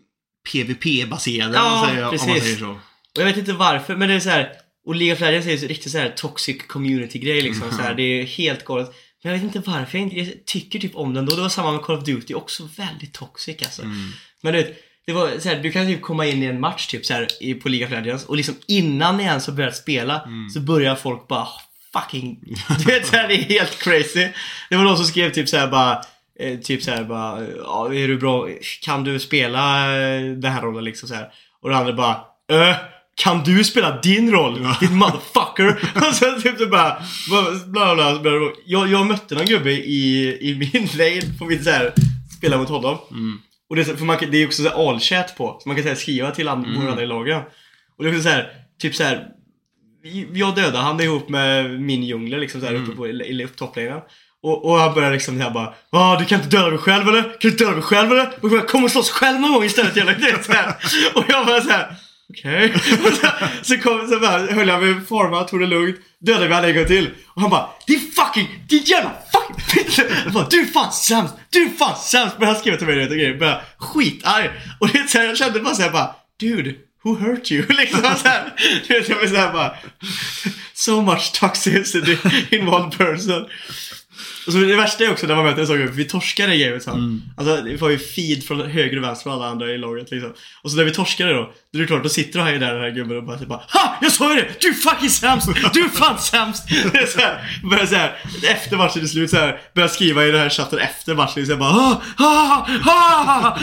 P V P-baserade, ja, om, man säger, precis. om man säger så. Och jag vet inte varför, men det är så här. Och League of Legends är ju riktigt så här toxic community-grej liksom. Mm. Så här, det är helt galet. Men jag vet inte varför jag inte jag tycker typ om den då. Det var samma med Call of Duty, också väldigt toxic alltså. Mm. Men du vet, det var så här, du kan typ komma in i en match typ så här i på League of Legends, och liksom innan ni ens har börjat spela mm. så börjar folk bara fucking du vet så här, det är helt crazy. Det var någon som skrev typ så här bara eh, typ så här bara ja, är du bra, kan du spela den här rollen liksom så här. Och den andra bara äh, kan du spela din roll, din motherfucker? Och sen typ så bara bla bla bla. Jag, jag mötte någon gubbe i, i min lane på mitt så här spela mot honom. Mm. Och det är, för man kan, det är också så här all-chat på, så man kan så här skriva till andra mm. i lagen. Och det är också så här, typ så här, jag dödade han ihop med min djungler liksom så här mm. uppe på i upp topplägen. Och, och han börjar liksom så här bara, ah, du kan inte döda dig själv eller? Kan du inte döda dig själv eller? Och jag kommer slåss själv någon gång istället jävla det så här. Och jag bara så här, okej. Okay. Så, så kom så bara höll jag med forma, tog det lugnt, dödade vi han en gång till. Och han bara, det är fucking, det är jävla fucking bara, du är fan sämst, du är fan sämst. Men han skrev till mig det och grejer, bara skitarg. Och det är så här, jag kände bara så här bara, dude, who hurt you? Liksom så här, du vet, jag var så här bara, so much toxicity in one person. Och så det värsta är också när man möter en sån grupp, vi torskade i gamet så. Mm. Alltså det var ju feed från höger och vänster från alla andra i laget liksom. Och så när vi torskade då, då är det klart, då sitter han ju där den här gubben och bara så bara, ha! Jag sa ju det! Du är fucking sämst! Du är fan sämst! Det är så här, börjar så här, efter matchen är slut så här, börjar skriva i den här chatten efter matchen så här bara, ha! Ha! Ha!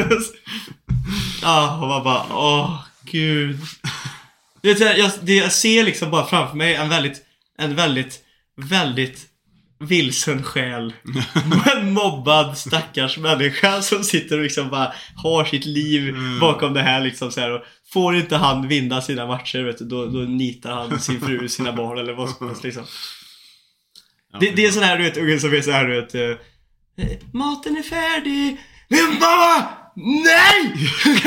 Ja, och man bara, åh gud. Det är så här, jag, det, jag ser liksom bara framför mig en väldigt, en väldigt, väldigt vilsen själ. En mobbad stackars människa som sitter och liksom bara har sitt liv mm. bakom det här liksom så här, och får inte han vinna sina matcher, vet du, då, då nitar han sin fru, sina barn eller vad som helst liksom. Det, det är sån här, du vet, ungen som är så här, du vet, uh, maten är färdig. Men mamma! Nej!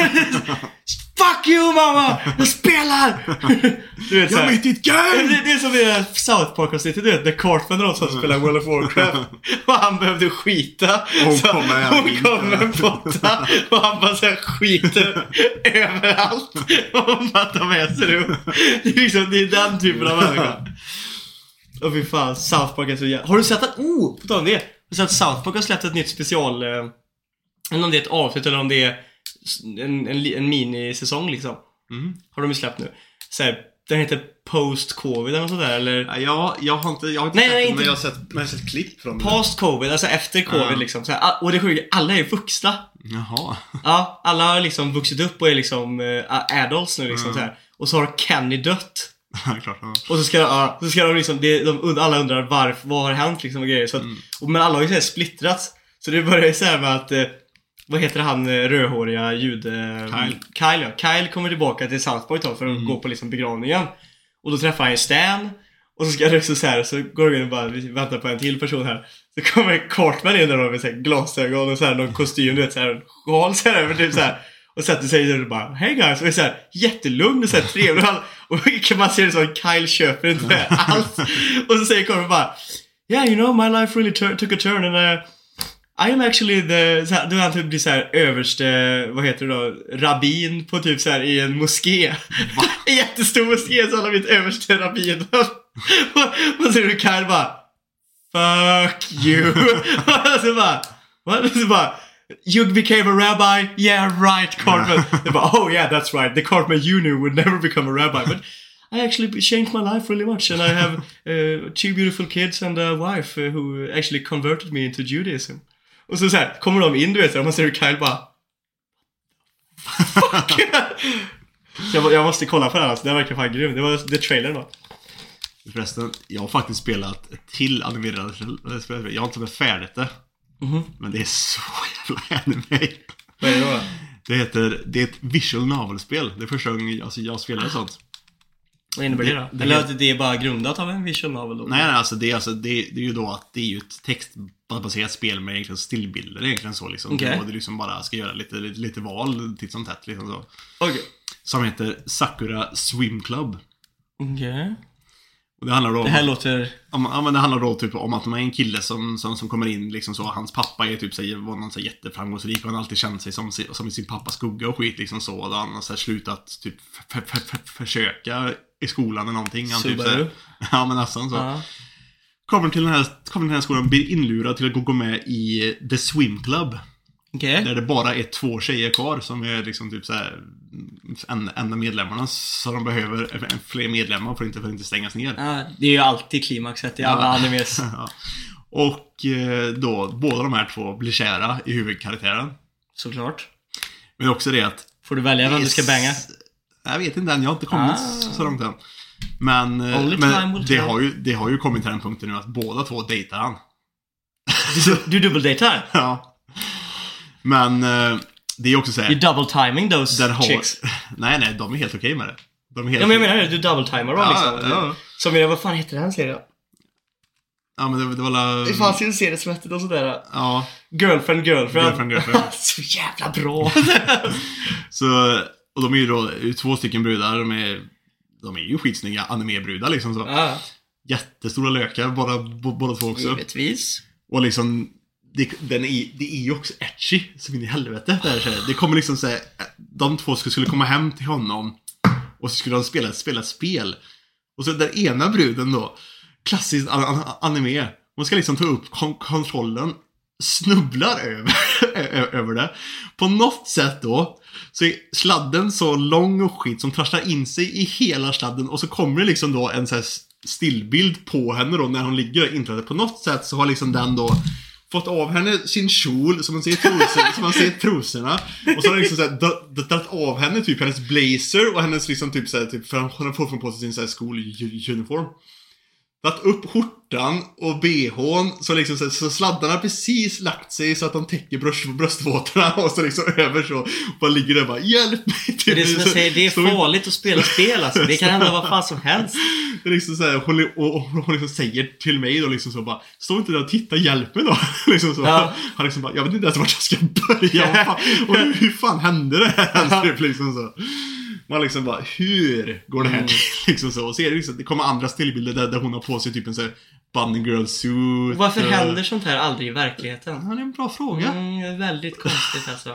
Fuck you mamma! Jag spelar! Du vet, jag vet inte game! Det, det är som i South Park och du vet, när Cartman och så spelar World of Warcraft och han behövde skita. Hon så kommer hon kom med en potta och han bara så här skiter överallt och hon bara tar med sig det. Det är liksom, det är den typen av människa. Och fy fan, South Park är så jävla... Har du sett att, oh, på tal om det, har du sett att South Park har släppt ett nytt special, eh, eller om det är ett avsnitt eller om det är en, en, en minisäsong liksom. Mm. Har de ju släppt nu. Så här, den heter Post-Covid eller något sånt där, eller? Ja, jag har inte, jag har inte nej, sett nej, det, inte... men jag har sett, jag har sett klipp från det. Post-Covid, alltså efter Covid ja. Liksom. Så här, och det sjuka, alla är vuxna. Jaha. Ja, alla har liksom vuxit upp och är liksom uh, adults nu liksom, mm. så här. Och så har Kenny dött. Ja, klart, ja. Och så ska, ja, så ska de liksom, det, de, alla undrar varför, vad har hänt liksom och grejer. Så att, mm. och, men alla har ju så här splittrats. Så det börjar ju så här med att... Uh, vad heter han rödhåriga jude Kyle. Kyle, ja. Kyle kommer tillbaka till South Park för att mm. gå på liksom begravningen. Och då träffar han Stan. Och så ska det också så här, så går det in och bara väntar på en till person här. Så kommer Cartman in där med så här glasögon och så här någon kostym, du vet så här sjal så här, typ så här. Och sätter sig och bara, hey guys, och är så här jättelugn och så här trevlig. Och kan man se det som Kyle köper inte alls. Och så säger Cartman bara, yeah, you know, my life really tur- took a turn and uh, I am actually the... Så här, då han typ blir så här överste... Vad heter det då? Rabbin på typ så här i en moské. En jättestor moské, så han har blivit överste rabbin. Och så är det Kyle bara... Fuck you. Och så bara... What? Så bara... You became a rabbi? Yeah, right, Cartman. They bara, oh yeah, that's right. The Cartman you knew would never become a rabbi. But I actually changed my life really much. And I have uh, two beautiful kids and a wife uh, who actually converted me into Judaism. Och så, så här, kommer de in, du vet, och man ser hur Kyle bara... Fuck! Så jag, jag måste kolla på det här, alltså. Det verkar fan grym. Det var det trailern då. Förresten, jag har faktiskt spelat ett till animerat spel. Jag har inte varit färdigt det. Mm-hmm. Men det är så jävla anime. Vad är det då? Det heter, det är ett visual novel-spel. Det är första gången alltså, jag spelade sånt. Vad innebär det, det då? Det, Eller att det är bara grundat av en visual novel då? Nej, nej alltså, det, är, alltså det, det är ju då att det är ju ett textbaserat spel med egentligen stillbilder egentligen så liksom. Okay. Och det liksom bara ska göra lite, lite, lite val titt som tätt liksom så. Okay. Som heter Sakura Swim Club. Okej. Okay. Och det handlar då om, det här låter... om, ja, men det handlar då typ om att man är en kille som, som, som kommer in liksom så. Hans pappa är typ så, var någon så jätteframgångsrik och han har alltid känt sig som, som sin pappas skugga och skit liksom så. Och han har så här slutat typ f- f- f- försöka i skolan eller någonting. Han typ så här, ja men nästan så. Uh-huh. Kommer till den här, kommer till den här skolan, blir inlurad till att gå, gå med i The Swim Club. Okay. Där det bara är två tjejer kvar som är liksom typ så här en, enda medlemmarna, så de behöver fler medlemmar för att inte, för att inte stängas ner. Ja, det är ju alltid klimaxet i alla ja. animes. Ja. Och då, båda de här två blir kära i huvudkaraktären. Såklart. Men också det att... Får du välja vem du ska banga? Jag vet inte än, jag har inte kommit ah. så långt än. Men, men det, har ju, det har ju kommit till den punkten nu att båda två dejtar han. Du, du dubbeldejtar? Ja. Men eh, det är också så här. You double timing those har, chicks. Nej, nej, de är helt okej med det. De är helt ja, men jag menar det, du double timer dem ja, liksom. Ja. Som jag, vad fan heter den serien? Ja, men det, det var la... Det fanns ju en serie som hette och sådär. Ja. Girlfriend, girlfriend. Girlfriend, girlfriend. Så jävla bra. Så, och de är ju då två stycken brudar. De är, de är ju skitsnygga anime-brudar liksom så. Ja. Jättestora lökar, båda, båda två också. Givetvis. Och liksom... Det, den är, det är ju också etchy som in i helvete där, det kommer liksom så här, de två skulle komma hem till honom och så skulle de spela, spela ett spel och så den ena bruden då, klassiskt anime, hon ska liksom ta upp kon- kontrollen, snubblar över, över det på något sätt då, så är sladden så lång och skit som trasslar in sig i hela sladden och så kommer det liksom då en så här stillbild på henne då när hon ligger inträdet. På något sätt så har liksom den då fått av henne sin kjol som man ser trosorna, som man ser trosorna och så har liksom så här dragit av henne typ hennes blazer och hennes liksom typ så här, typ för hon har fått på sig sin så här skoluniform. Dragit upp skjortan och B H:n så liksom så, så sladdarna precis lagt sig så att de täcker bröst, bröstvårtorna och så liksom över så bara ligger där bara hjälp mig typ. Det är som jag säger, det är farligt att spela spel alltså. Det kan hända vad fan som helst. Det är liksom så här, hon, och, och hon liksom säger till mig då liksom så bara, stå inte där och titta, hjälp mig då. Liksom så. Ja. Han liksom bara, jag vet inte ens vart jag ska börja. Fan, och hur, hur fan hände det här? Liksom så. Man liksom bara, hur går det här till? Liksom så. Och så är det liksom, det kommer andra stillbilder där, där hon har på sig typ en så här bunny girl suit. Varför och... händer sånt här aldrig i verkligheten? Ja, det är en bra fråga. Mm, väldigt konstigt alltså.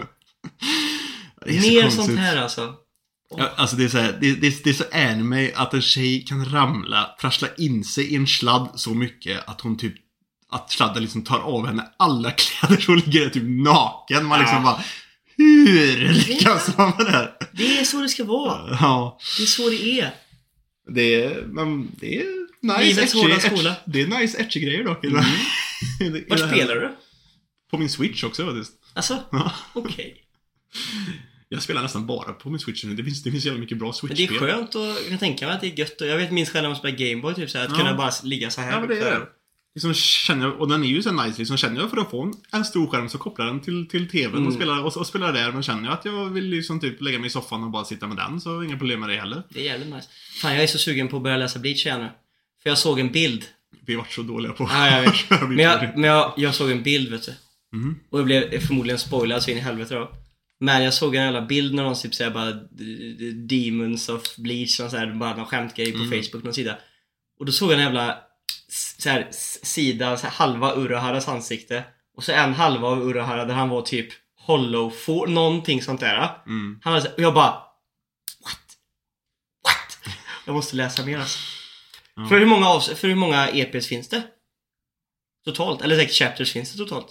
Mer konstigt. Sånt här alltså. Oh. Ja, alltså det är så här, det, det, det är så anime att en tjej kan ramla, trassla in sig i en sladd så mycket att hon typ, att sladden liksom tar av henne alla kläder så hon ligger där typ naken. Man liksom ja. bara, hur lyckas man med det här? Det är så det ska vara. Ja. Det är så det är. Det är, men det är nice etchy, etchy, det är nice etchy grejer dock. Mm. Var spelar du? På min Switch också faktiskt. Alltså, ja. Okej. Okay. Jag spelar nästan bara på min Switch nu. Det finns, det finns jävla mycket bra Switch-spel. Men det är skönt och jag kan tänka mig att det är gött. Och jag vet minst själv när man spelar Gameboy typ så här, att ja. kunna bara ligga så här. Ja, men det är det. Liksom känner jag, och den är ju så nice liksom, känner jag för att få en, en stor skärm så kopplar den till, till tvn mm. och, spelar, och, och spelar där. Men känner jag att jag vill liksom typ lägga mig i soffan och bara sitta med den, så inga problem med det heller. Det är jävligt nice. Fan, jag är så sugen på att börja läsa Bleach igen nu. För jag såg en bild. Vi har varit så dåliga på. Ja, jag vet. Men, jag, men jag, jag såg en bild, vet du. Mm. Och jag blev förmodligen spoilad så in i helvete då. Men jag såg en jävla bild när de typ säger bara Demons of Bleach och så här, bara någon skämtgrej på mm. Facebook någon sida. Och då såg jag en jävla så här, sida, så här, halva Uraharas ansikte. Och så en halva av Urahara där han var typ Hollow for någonting sånt där. Mm. Han var så, och jag bara what? What? Jag måste läsa mer alltså. Ja. För hur många av, för hur många E P:s finns det? Totalt eller sex chapters finns det totalt?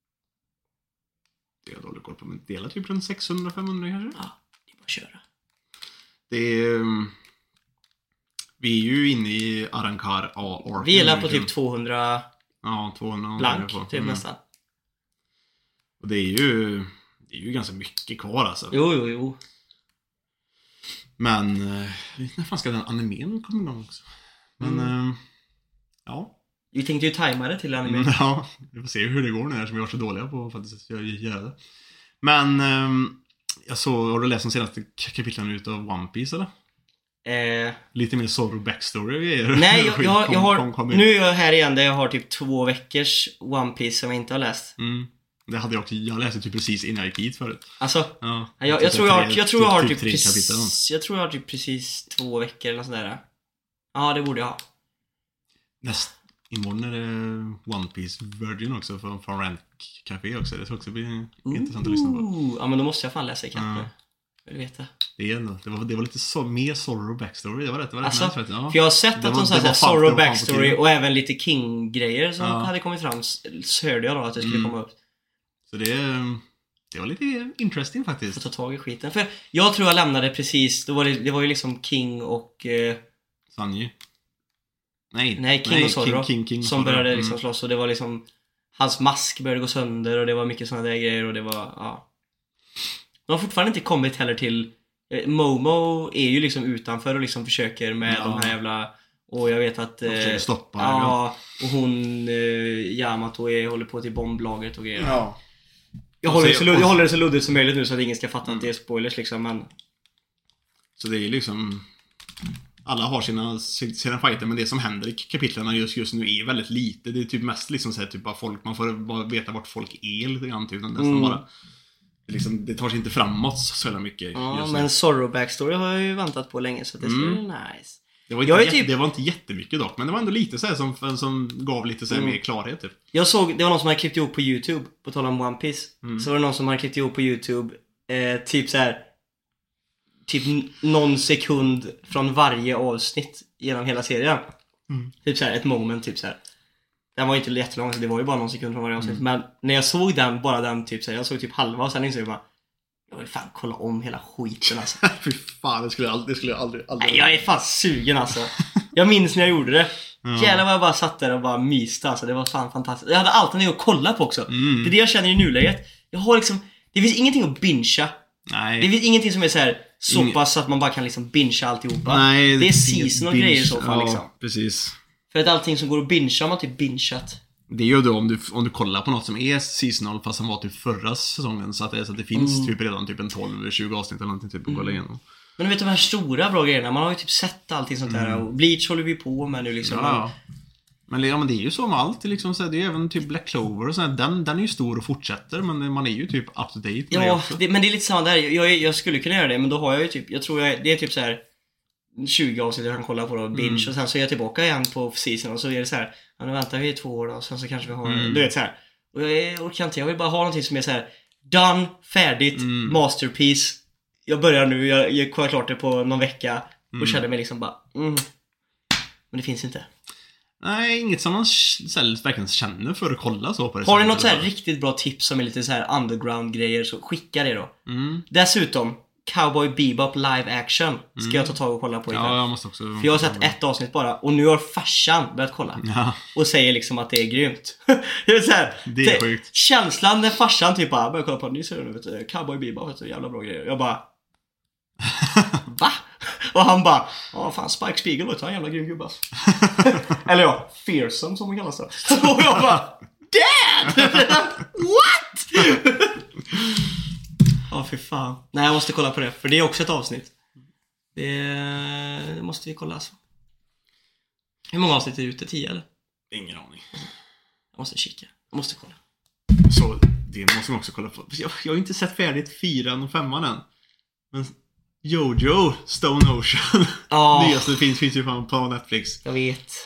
Det är dåligt koll på, men delar typ runt sexhundra femhundra kanske. Ja, det är bara att köra. Det är vi är ju inne i Arrancar A. Vi är på typ tvåhundra. Ja, tvåhundra blank typ mm. nästan. Och det är ju det är ju ganska mycket kvar alltså. Jo, jo, jo. Men när fan ska den animen komma igång också? Men mm. äh, ja. Vi tänkte ju tajma det till animen. Ja, vi får se hur det går nu här som vi var så dåliga på för att göra det. Men äh, jag såg, har du läst de senaste kapitlen ut av One Piece eller? Eh, Lite mer sorg backstory. Nej, jag, jag, kom, jag har kom, kom nu är jag här igen där jag har typ två veckors One Piece som jag inte har läst. Mm. Det hade jag också, jag läste typ precis innan jag gick hit förut. Alltså, ja, jag, jag, jag, tror jag, har, jag tror jag har typ, typ precis, jag tror jag har typ precis två veckor eller sådär. Ja, det borde jag ha. Näst, imorgon är det One Piece Virgin också från, från Rank Café också. Det ska också bli Ooh. intressant att lyssna på. Ja, men då måste jag fan läsa i kapp nu. Jag vill veta. Det, är ändå, det, var, det var lite så, mer sorrow backstory. Det var rätt, det var rätt alltså, nice, ja. För jag har sett att de sa såhär sorrow backstory och även lite King-grejer som ja. hade kommit fram. Så hörde jag då att det skulle mm. komma upp. Så det, det var lite interesting faktiskt. Få ta tag i skiten. För jag tror jag lämnade precis, då var det, det var ju liksom King och eh, Sanji. Nej, nej King nej, och Zorro King, King, King, som började liksom mm. slåss och det var liksom hans mask började gå sönder och det var mycket sådana där grejer och det var, ja. De har fortfarande inte kommit heller till eh, Momo är ju liksom utanför och liksom försöker med ja. de här jävla och jag vet att eh, stoppa ja, ja och hon eh, Yamato är, håller på till bomblagret och grejer. Ja. Jag håller, så, jag håller det så luddigt som möjligt nu så att ingen ska fatta mm. att det är spoilers liksom, men så det är liksom alla har sina, sina fighter, men det som händer i kapitlarna just, just nu är väldigt lite. Det är typ mest liksom så här, typ av folk, man får bara veta vart folk är lite grann, typ, nästan mm. bara det, liksom, det tar sig inte framåt så jävla mycket. Ja, men Zorro backstory har jag ju väntat på länge så det skulle mm. nice. Det var, inte jätte, typ... det var inte jättemycket dock, men det var ändå lite så här som, som gav lite så här mm. mer klarhet typ. Jag såg, det var någon som hade klippt ihop på YouTube på tal om One Piece. Mm. Så var det någon som hade klippt ihop på YouTube eh, typ så här typ någon sekund från varje avsnitt genom hela serien. Mm. Typ så här ett moment typ så här. Den var inte jättelång så det var ju bara någon sekund från varje avsnitt, mm. men när jag såg den bara den typ så här, jag såg typ halva och sen insåg jag bara jag vill fan kolla om hela skiten alltså. Fy fan, det skulle jag aldrig, det skulle jag aldrig, aldrig. Nej, jag är fan sugen alltså. Jag minns när jag gjorde det. Mm. Jävlar vad jag bara satt där och bara myste alltså. Det var fan fantastiskt. Jag hade alltid något att kolla på också. Mm. Det är det jag känner i nuläget. Jag har liksom, det finns ingenting att bingea. Nej. Det finns ingenting som är så här så Ingen... pass att man bara kan liksom bingea alltihopa. Nej, det är season och binge... grejer i så fall ja, liksom. Precis. För att allting som går att bingea har man typ bingeat. Det är ju då om du, om du kollar på något som är seasonal fast som var typ förra säsongen, så att det, så att det finns mm. typ redan typ en tolv tjugo avsnitt eller någonting typ att kolla igenom. Men du vet de här stora bra grejerna, man har ju typ sett allting sånt där mm. och Bleach håller vi på med nu liksom. Ja. Men, ja, men det är ju så med allt liksom, så det är ju även typ Black Clover och så här, den, den är ju stor och fortsätter, men man är ju typ up to date. Ja, det, men det är lite samma där. Jag, jag skulle kunna göra det, men då har jag ju typ, jag tror jag, det är typ så här tjugo avsnitt jag kan kolla på då, binge mm. och sen så är jag tillbaka igen på season och så är det så här, ja, nu väntar vi i två år då, och sen så kanske vi har, mm. du vet så här. Och jag orkar inte, jag vill bara ha någonting som är så här done, färdigt, mm. masterpiece. Jag börjar nu, jag, jag har klart det på någon vecka och mm. kände mig liksom bara mm. men det finns inte. Nej, inget som man själv verkligen känner för att kolla så på det. Har ni något så här riktigt bra tips som är lite så här underground-grejer, så skicka det då. Mm. Dessutom Cowboy Bebop live action ska mm. jag ta tag och kolla på ikväll. Ja, jag måste också. För jag har sett ett avsnitt bara och nu har farsan börjat kolla. Ja. Och säger liksom att det är grymt. Det är så här, det är sjukt. Känslan när farsan typ bara börjar kolla på ny serie nu, vet du, Cowboy Bebop, vet du, jävla bra grejer. Jag bara va? Och han bara, ja fan, Spike Spiegel var en jävla grym gubbe. Eller ja, fearsome som man kallar sig. Och jag bara, dad! What? Ja, för fan. Nej, jag måste kolla på det, för det är också ett avsnitt. Det, det måste vi kolla alltså. Hur många avsnitt är det ute? Tio eller? Ingen aning. Jag måste kika, jag måste kolla. Så det måste man också kolla på. Jag, jag har inte sett färdigt fyran och femman än. Men Jojo, Stone Ocean. Oh. Nyaste finns, finns ju fan på Netflix. Jag vet.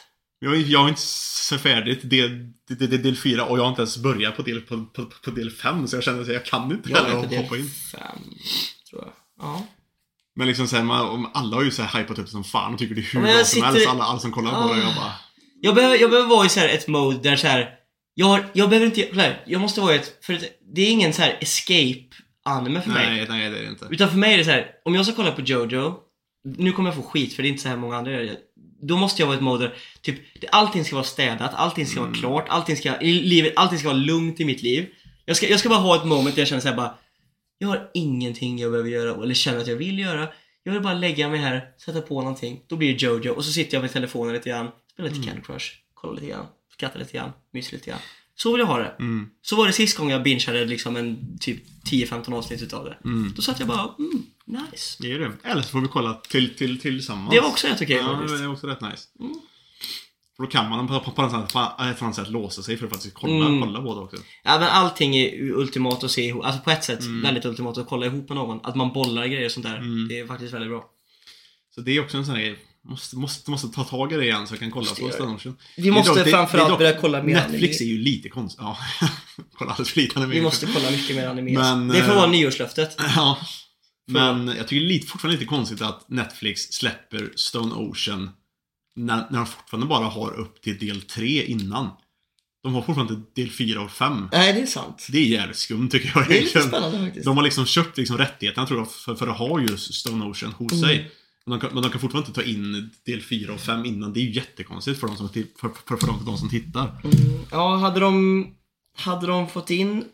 Jag, jag har inte så färdigt del, del, del fyra och jag har inte ens börjat på del, på, på, på del fem, så jag känner att jag kan inte jag heller hoppa in. fem, tror jag. Ja. Men liksom så här, man, alla har ju så här hypat upp som fan och tycker det är hur ja, bra sitter... som helst. Alla, alla som kollar ah. på det, jag bara... Jag behöver, jag behöver vara i så här ett mode där så här... Jag, har, jag behöver inte... Jag måste vara i ett... För det är ingen så här escape-anime för nej, mig. Nej, det är det inte. Utan för mig är det så här... Om jag ska kolla på Jojo... Nu kommer jag få skit för det är inte så här många andra. Då måste jag vara i ett mode där typ, allting ska vara städat, allting ska mm. vara klart, allting ska, i livet, allting ska vara lugnt i mitt liv. Jag ska, jag ska bara ha ett moment där jag känner så här bara... Jag har ingenting jag behöver göra eller känner att jag vill göra. Jag vill bara lägga mig här, sätta på någonting. Då blir det Jojo och så sitter jag med telefonen lite grann, spelar lite mm. Candy Crush, kollar lite grann, skrattar lite grann, myser lite grann. Så vill jag ha det. Mm. Så var det sist gången jag bingeade liksom en typ tio femton avsnitt utav det. Mm. Då satt jag bara, mm, nice. Det är det. Eller så får vi kolla till, till, tillsammans. Det var också rätt okej. Ja, det är också rätt nice. Mm. För då kan man på, på, på, på ett annat sätt låsa sig för att faktiskt kolla, mm. kolla på det också. Ja, men allting är ultimat att se ihop. Alltså på ett sätt mm. väldigt ultimat att kolla ihop med någon. Att man bollar grejer och sånt där. Mm. Det är faktiskt väldigt bra. Så det är också en sån här... Måste, måste, måste ta tag i det igen så jag kan kolla på Stone. Vi måste det, framförallt det, det börja kolla mer Netflix anime. Är ju lite konstigt. Ja, kolla alldeles för lite anime. Vi måste kolla mycket mer anime. Men, det får vara nyårslöftet. Ja. Men jag tycker det är lite, fortfarande lite konstigt att Netflix släpper Stone Ocean när, när de fortfarande bara har upp till del tre innan. De har fortfarande del fyra och fem. Nej, det är sant. Det är jävligt skumt tycker jag. Det är lite spännande faktiskt. De har liksom köpt liksom rättigheterna tror jag för, för att ha just Stone Ocean hos mm. sig. Men de, kan, men de kan fortfarande inte ta in del fyra och fem innan. Det är ju jättekonstigt för de som, för, för, för de, de som tittar. Mm. Ja, hade de, hade de fått in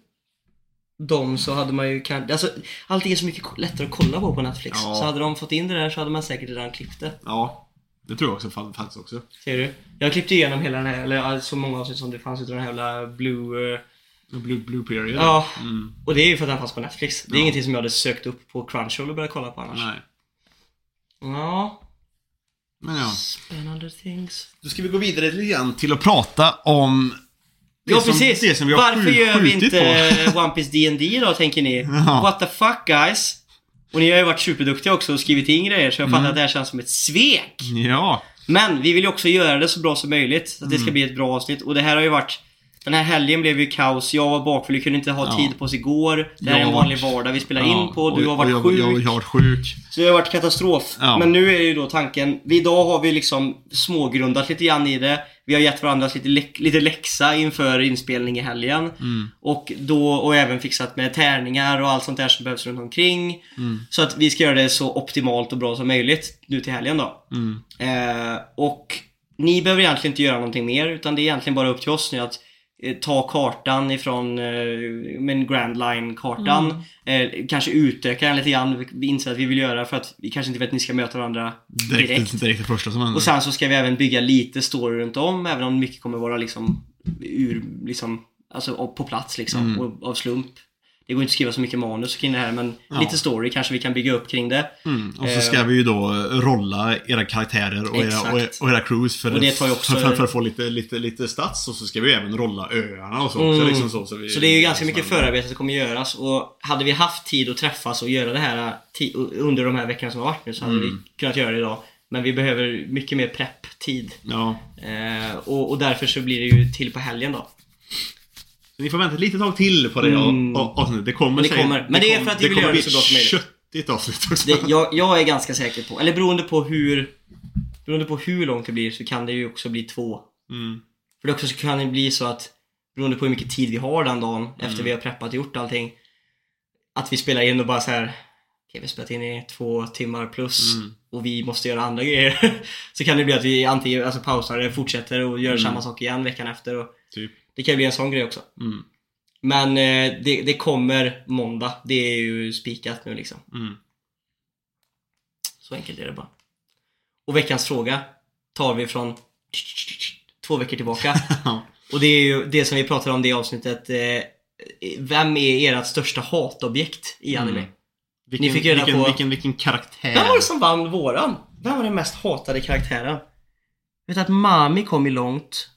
dem så hade man ju kan, alltså, allting är så mycket lättare att kolla på på Netflix. Ja. Så hade de fått in det där så hade man säkert redan klippt det. Ja, det tror jag också faktiskt också. Ser du? Jag klippte igenom hela den här, eller så många avsnitt som det fanns utav den här jävla Blue... Uh... Blue, Blue Period. Ja, mm. Och det är ju för att den fanns på Netflix. Det är ja. Ingenting som jag hade sökt upp på Crunchyroll och börjat kolla på annars. Nej. Ja. Men ja. Spännande things. Då ska vi gå vidare lite grann till att prata om det ja, som, precis. Det som vi har Varför gör vi inte One Piece D and D då, tänker ni? Ja. What the fuck, guys? Och ni har ju varit superduktiga också och skrivit in grejer, så jag fattar mm. att det här känns som ett svek. Ja. Men vi vill ju också göra det så bra som möjligt, så att det ska mm. bli ett bra avsnitt. Och det här har ju varit... Den här helgen blev ju kaos. Jag var bakfull, vi kunde inte ha tid ja. På oss igår. Det här är en vanlig vardag vi spelar ja. In på. Du har varit jag, sjuk. Jag, jag har varit sjuk. Så det har varit katastrof. Ja. Men nu är ju då tanken... Vi idag har vi liksom smågrundat lite grann i det. Vi har gett varandra lite, lä- lite läxa inför inspelning i helgen. Mm. Och då och även fixat med tärningar och allt sånt där som behövs runt omkring. Mm. Så att vi ska göra det så optimalt och bra som möjligt nu till helgen då. Mm. Eh, och ni behöver egentligen inte göra någonting mer, utan det är egentligen bara upp till oss nu att ta kartan ifrån eh, med en Grand Line-kartan mm. eh, kanske utöka den lite grann. Vi inser att vi vill göra för att vi kanske inte vet att ni ska möta varandra direkt, direkt, direkt det första som händer. Och sen så ska vi även bygga lite story runt om, även om mycket kommer vara liksom ur, liksom, alltså på plats liksom, mm. och av slump. Det går inte att skriva så mycket manus kring det här, men ja. Lite story kanske vi kan bygga upp kring det. Mm. Och så ska vi ju då rolla era karaktärer och era, och era, och era crews för, och det tar ju också... för, för, för att få lite, lite, lite stats. Och så ska vi även rolla öarna och så. Mm. Så, liksom så, så, vi, så det är ju ganska mycket förarbete som kommer göras. Och hade vi haft tid att träffas och göra det här t- under de här veckorna som har varit nu, så hade mm. vi kunnat göra det idag. Men vi behöver mycket mer prepp-tid. Ja. Eh, och, och därför så blir det ju till på helgen då. Så ni får vänta ett litet tag till på det. Mm. Och, och, och, det kommer. Det kommer. Men det, det är för att vi vill göra det så bra som möjligt. Köttigt avsnitt också. Det, jag, jag är ganska säker på, eller beroende på hur beroende på hur långt det blir, så kan det ju också bli två. Mm. För det också så kan det bli så att beroende på hur mycket tid vi har den dagen mm. efter vi har preppat och gjort allting, att vi spelar in och bara så här, okej, vi har spelat in i två timmar plus mm. och vi måste göra andra grejer. Så kan det bli att vi antingen alltså pausar eller fortsätter och gör mm. samma sak igen veckan efter och typ. Det kan bli en sån grej också. Mm. Men eh, det, det kommer måndag. Det är ju spikat nu liksom. Mm. Så enkelt är det bara. Och veckans fråga tar vi från två veckor tillbaka. Och det är ju det som vi pratade om i det avsnittet. Eh, vem är ert största hatobjekt i anime? Mm. Vilken, Ni fick reda vilken, på... vilken, vilken karaktär? Vem var det som vann våran? Vem var den mest hatade karaktären? Jag vet att Mami kom i långt.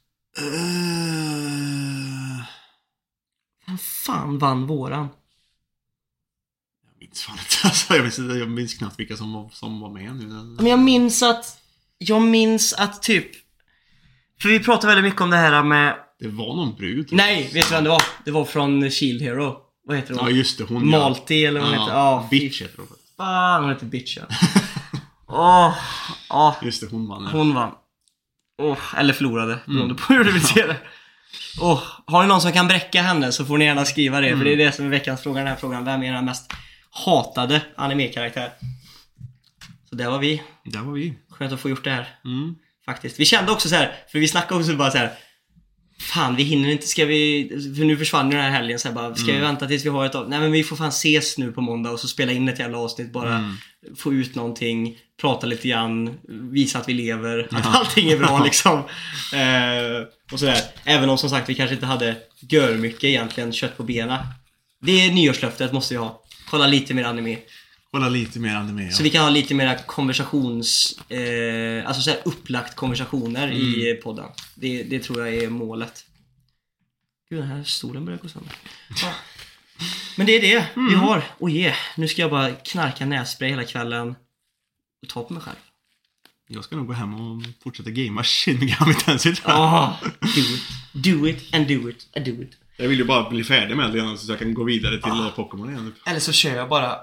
Uh... Vem fan vann våran? Jag minns fan inte. Alltså, jag, minns, jag minns knappt vilka som var, som var med nu. Men jag minns att... Jag minns att typ... För vi pratar väldigt mycket om det här med... Det var någon brud. Nej, vet du vem det var? Det var från Shield Hero. Vad heter hon? Ja, just det. Hon... Malti eller vad hon ja, heter. Ja, Bitch heter hon. Fan, hon heter Bitch, ja. Åh, åh. Just det, hon vann. Hon vann. Åh, eller förlorade. Beroende på hur du vill se det. Åh, har ni någon som kan bräcka henne så får ni gärna skriva det. Mm. För det är det som är veckans fråga, den här frågan. Vem är den mest hatade anime-karaktär? Så där var vi. Där var vi. Skönt att få gjort det här. Mm. Faktiskt. Vi kände också så här, för vi snackade också bara så här. Fan, vi hinner inte, ska vi... För nu försvann ju den här helgen så här bara, ska mm. vi vänta tills vi har ett... Nej, men vi får fan ses nu på måndag och så spela in ett jävla avsnitt. Bara mm. få ut någonting, prata lite grann, visa att vi lever, att allting är bra liksom. Eh, och sådär. Även om som sagt vi kanske inte hade gör mycket egentligen kött på bena. Det är nyårslöftet, måste vi ha. Kolla lite mer anime. Kolla lite mer anime, ja. Så vi kan ha lite mer konversations... Eh, alltså såhär upplagt konversationer mm. i podden. Det, det tror jag är målet. Gud, den här stolen börjar gå sönder. Ja. Men det är det mm. vi har. Och yeah, nu ska jag bara knarka nässpray hela kvällen och ta på mig själv. Jag ska nog gå hem och fortsätta gamea Shin Megami Tensei. Oh, do it. Do it and do it and do it. Jag vill ju bara bli färdig med det så jag kan gå vidare till oh. Pokémon igen. Eller så kör jag bara...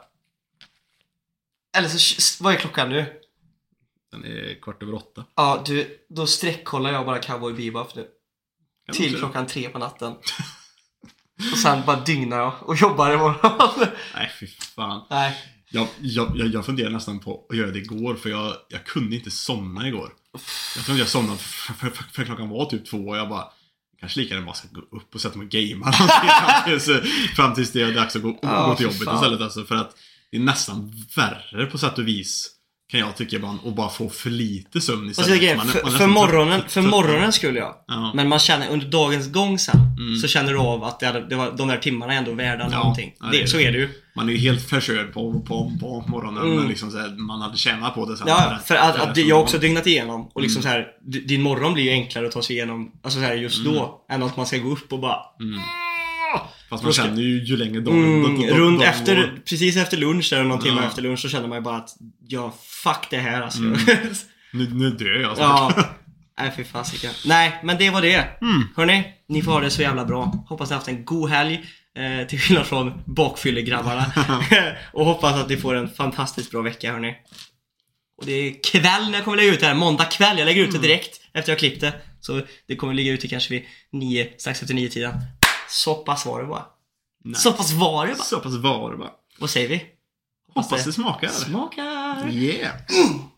Eller så, vad är klockan nu? Den är kvart över åtta. Ja, du, då sträckkollar jag bara Cowboy Bebop nu. Kan till klockan tre på natten. Och sen bara dygnar jag och jobbar imorgon. Nej, fy fan. Nej. Jag, jag, jag, jag funderar nästan på att göra det igår. För jag, jag kunde inte somna igår. Jag tror inte jag somnade för, för, för, för klockan var typ två. Och jag bara, kanske lika gärna bara ska gå upp och sätta mig och gamea. fram, tills, fram tills det är dags att gå, oh, gå till jobbet istället. Alltså, för att det är nästan värre på sätt och vis, kan jag tycka, bara, och bara få för lite sömn istället. Alltså, man, för, man för, morgonen, för morgonen skulle jag. Ja. Men man känner under dagens gång sen mm. så känner du av att det, hade, det var, de där timmarna är ändå värda ja, någonting. Det, så är det ju. Man är ju helt förkörd på, på, på morgonen. Mm. Men liksom så här, man hade tjänat på det sen. Ja, för att, att, att jag har också dygnat igenom. Och liksom mm. så här, din morgon blir ju enklare att ta sig igenom, alltså så här, just mm. då. Än att man ska gå upp och bara... Mm. Fast man känner ju ju längre dagen, mm, dagen, dagen runt dagen efter går. Precis efter lunch eller någon timme ja. efter lunch så känner man ju bara att ja, fuck det här alltså. Mm. nu, nu dör jag alltså. Ja. Nej, fy fasiken. Nej, men det var det. Mm. Hörrni, ni får ha det så jävla bra. Hoppas ni har haft en god helg eh, till skillnad från bakfyllegrabbarna. Och hoppas att ni får en fantastiskt bra vecka, hörni. Och det är kväll när jag kommer lägga ut det här. Måndag kväll, jag lägger ut det direkt efter jag klippt det. Så det kommer ligga ute kanske vid nio, strax efter nio tiden. Så pass var det bara. Nice. Så pass var det bara. Så pass var det bara. Vad säger vi? Hoppas, Hoppas det, det smakar. Smakar. Yeah. Mm.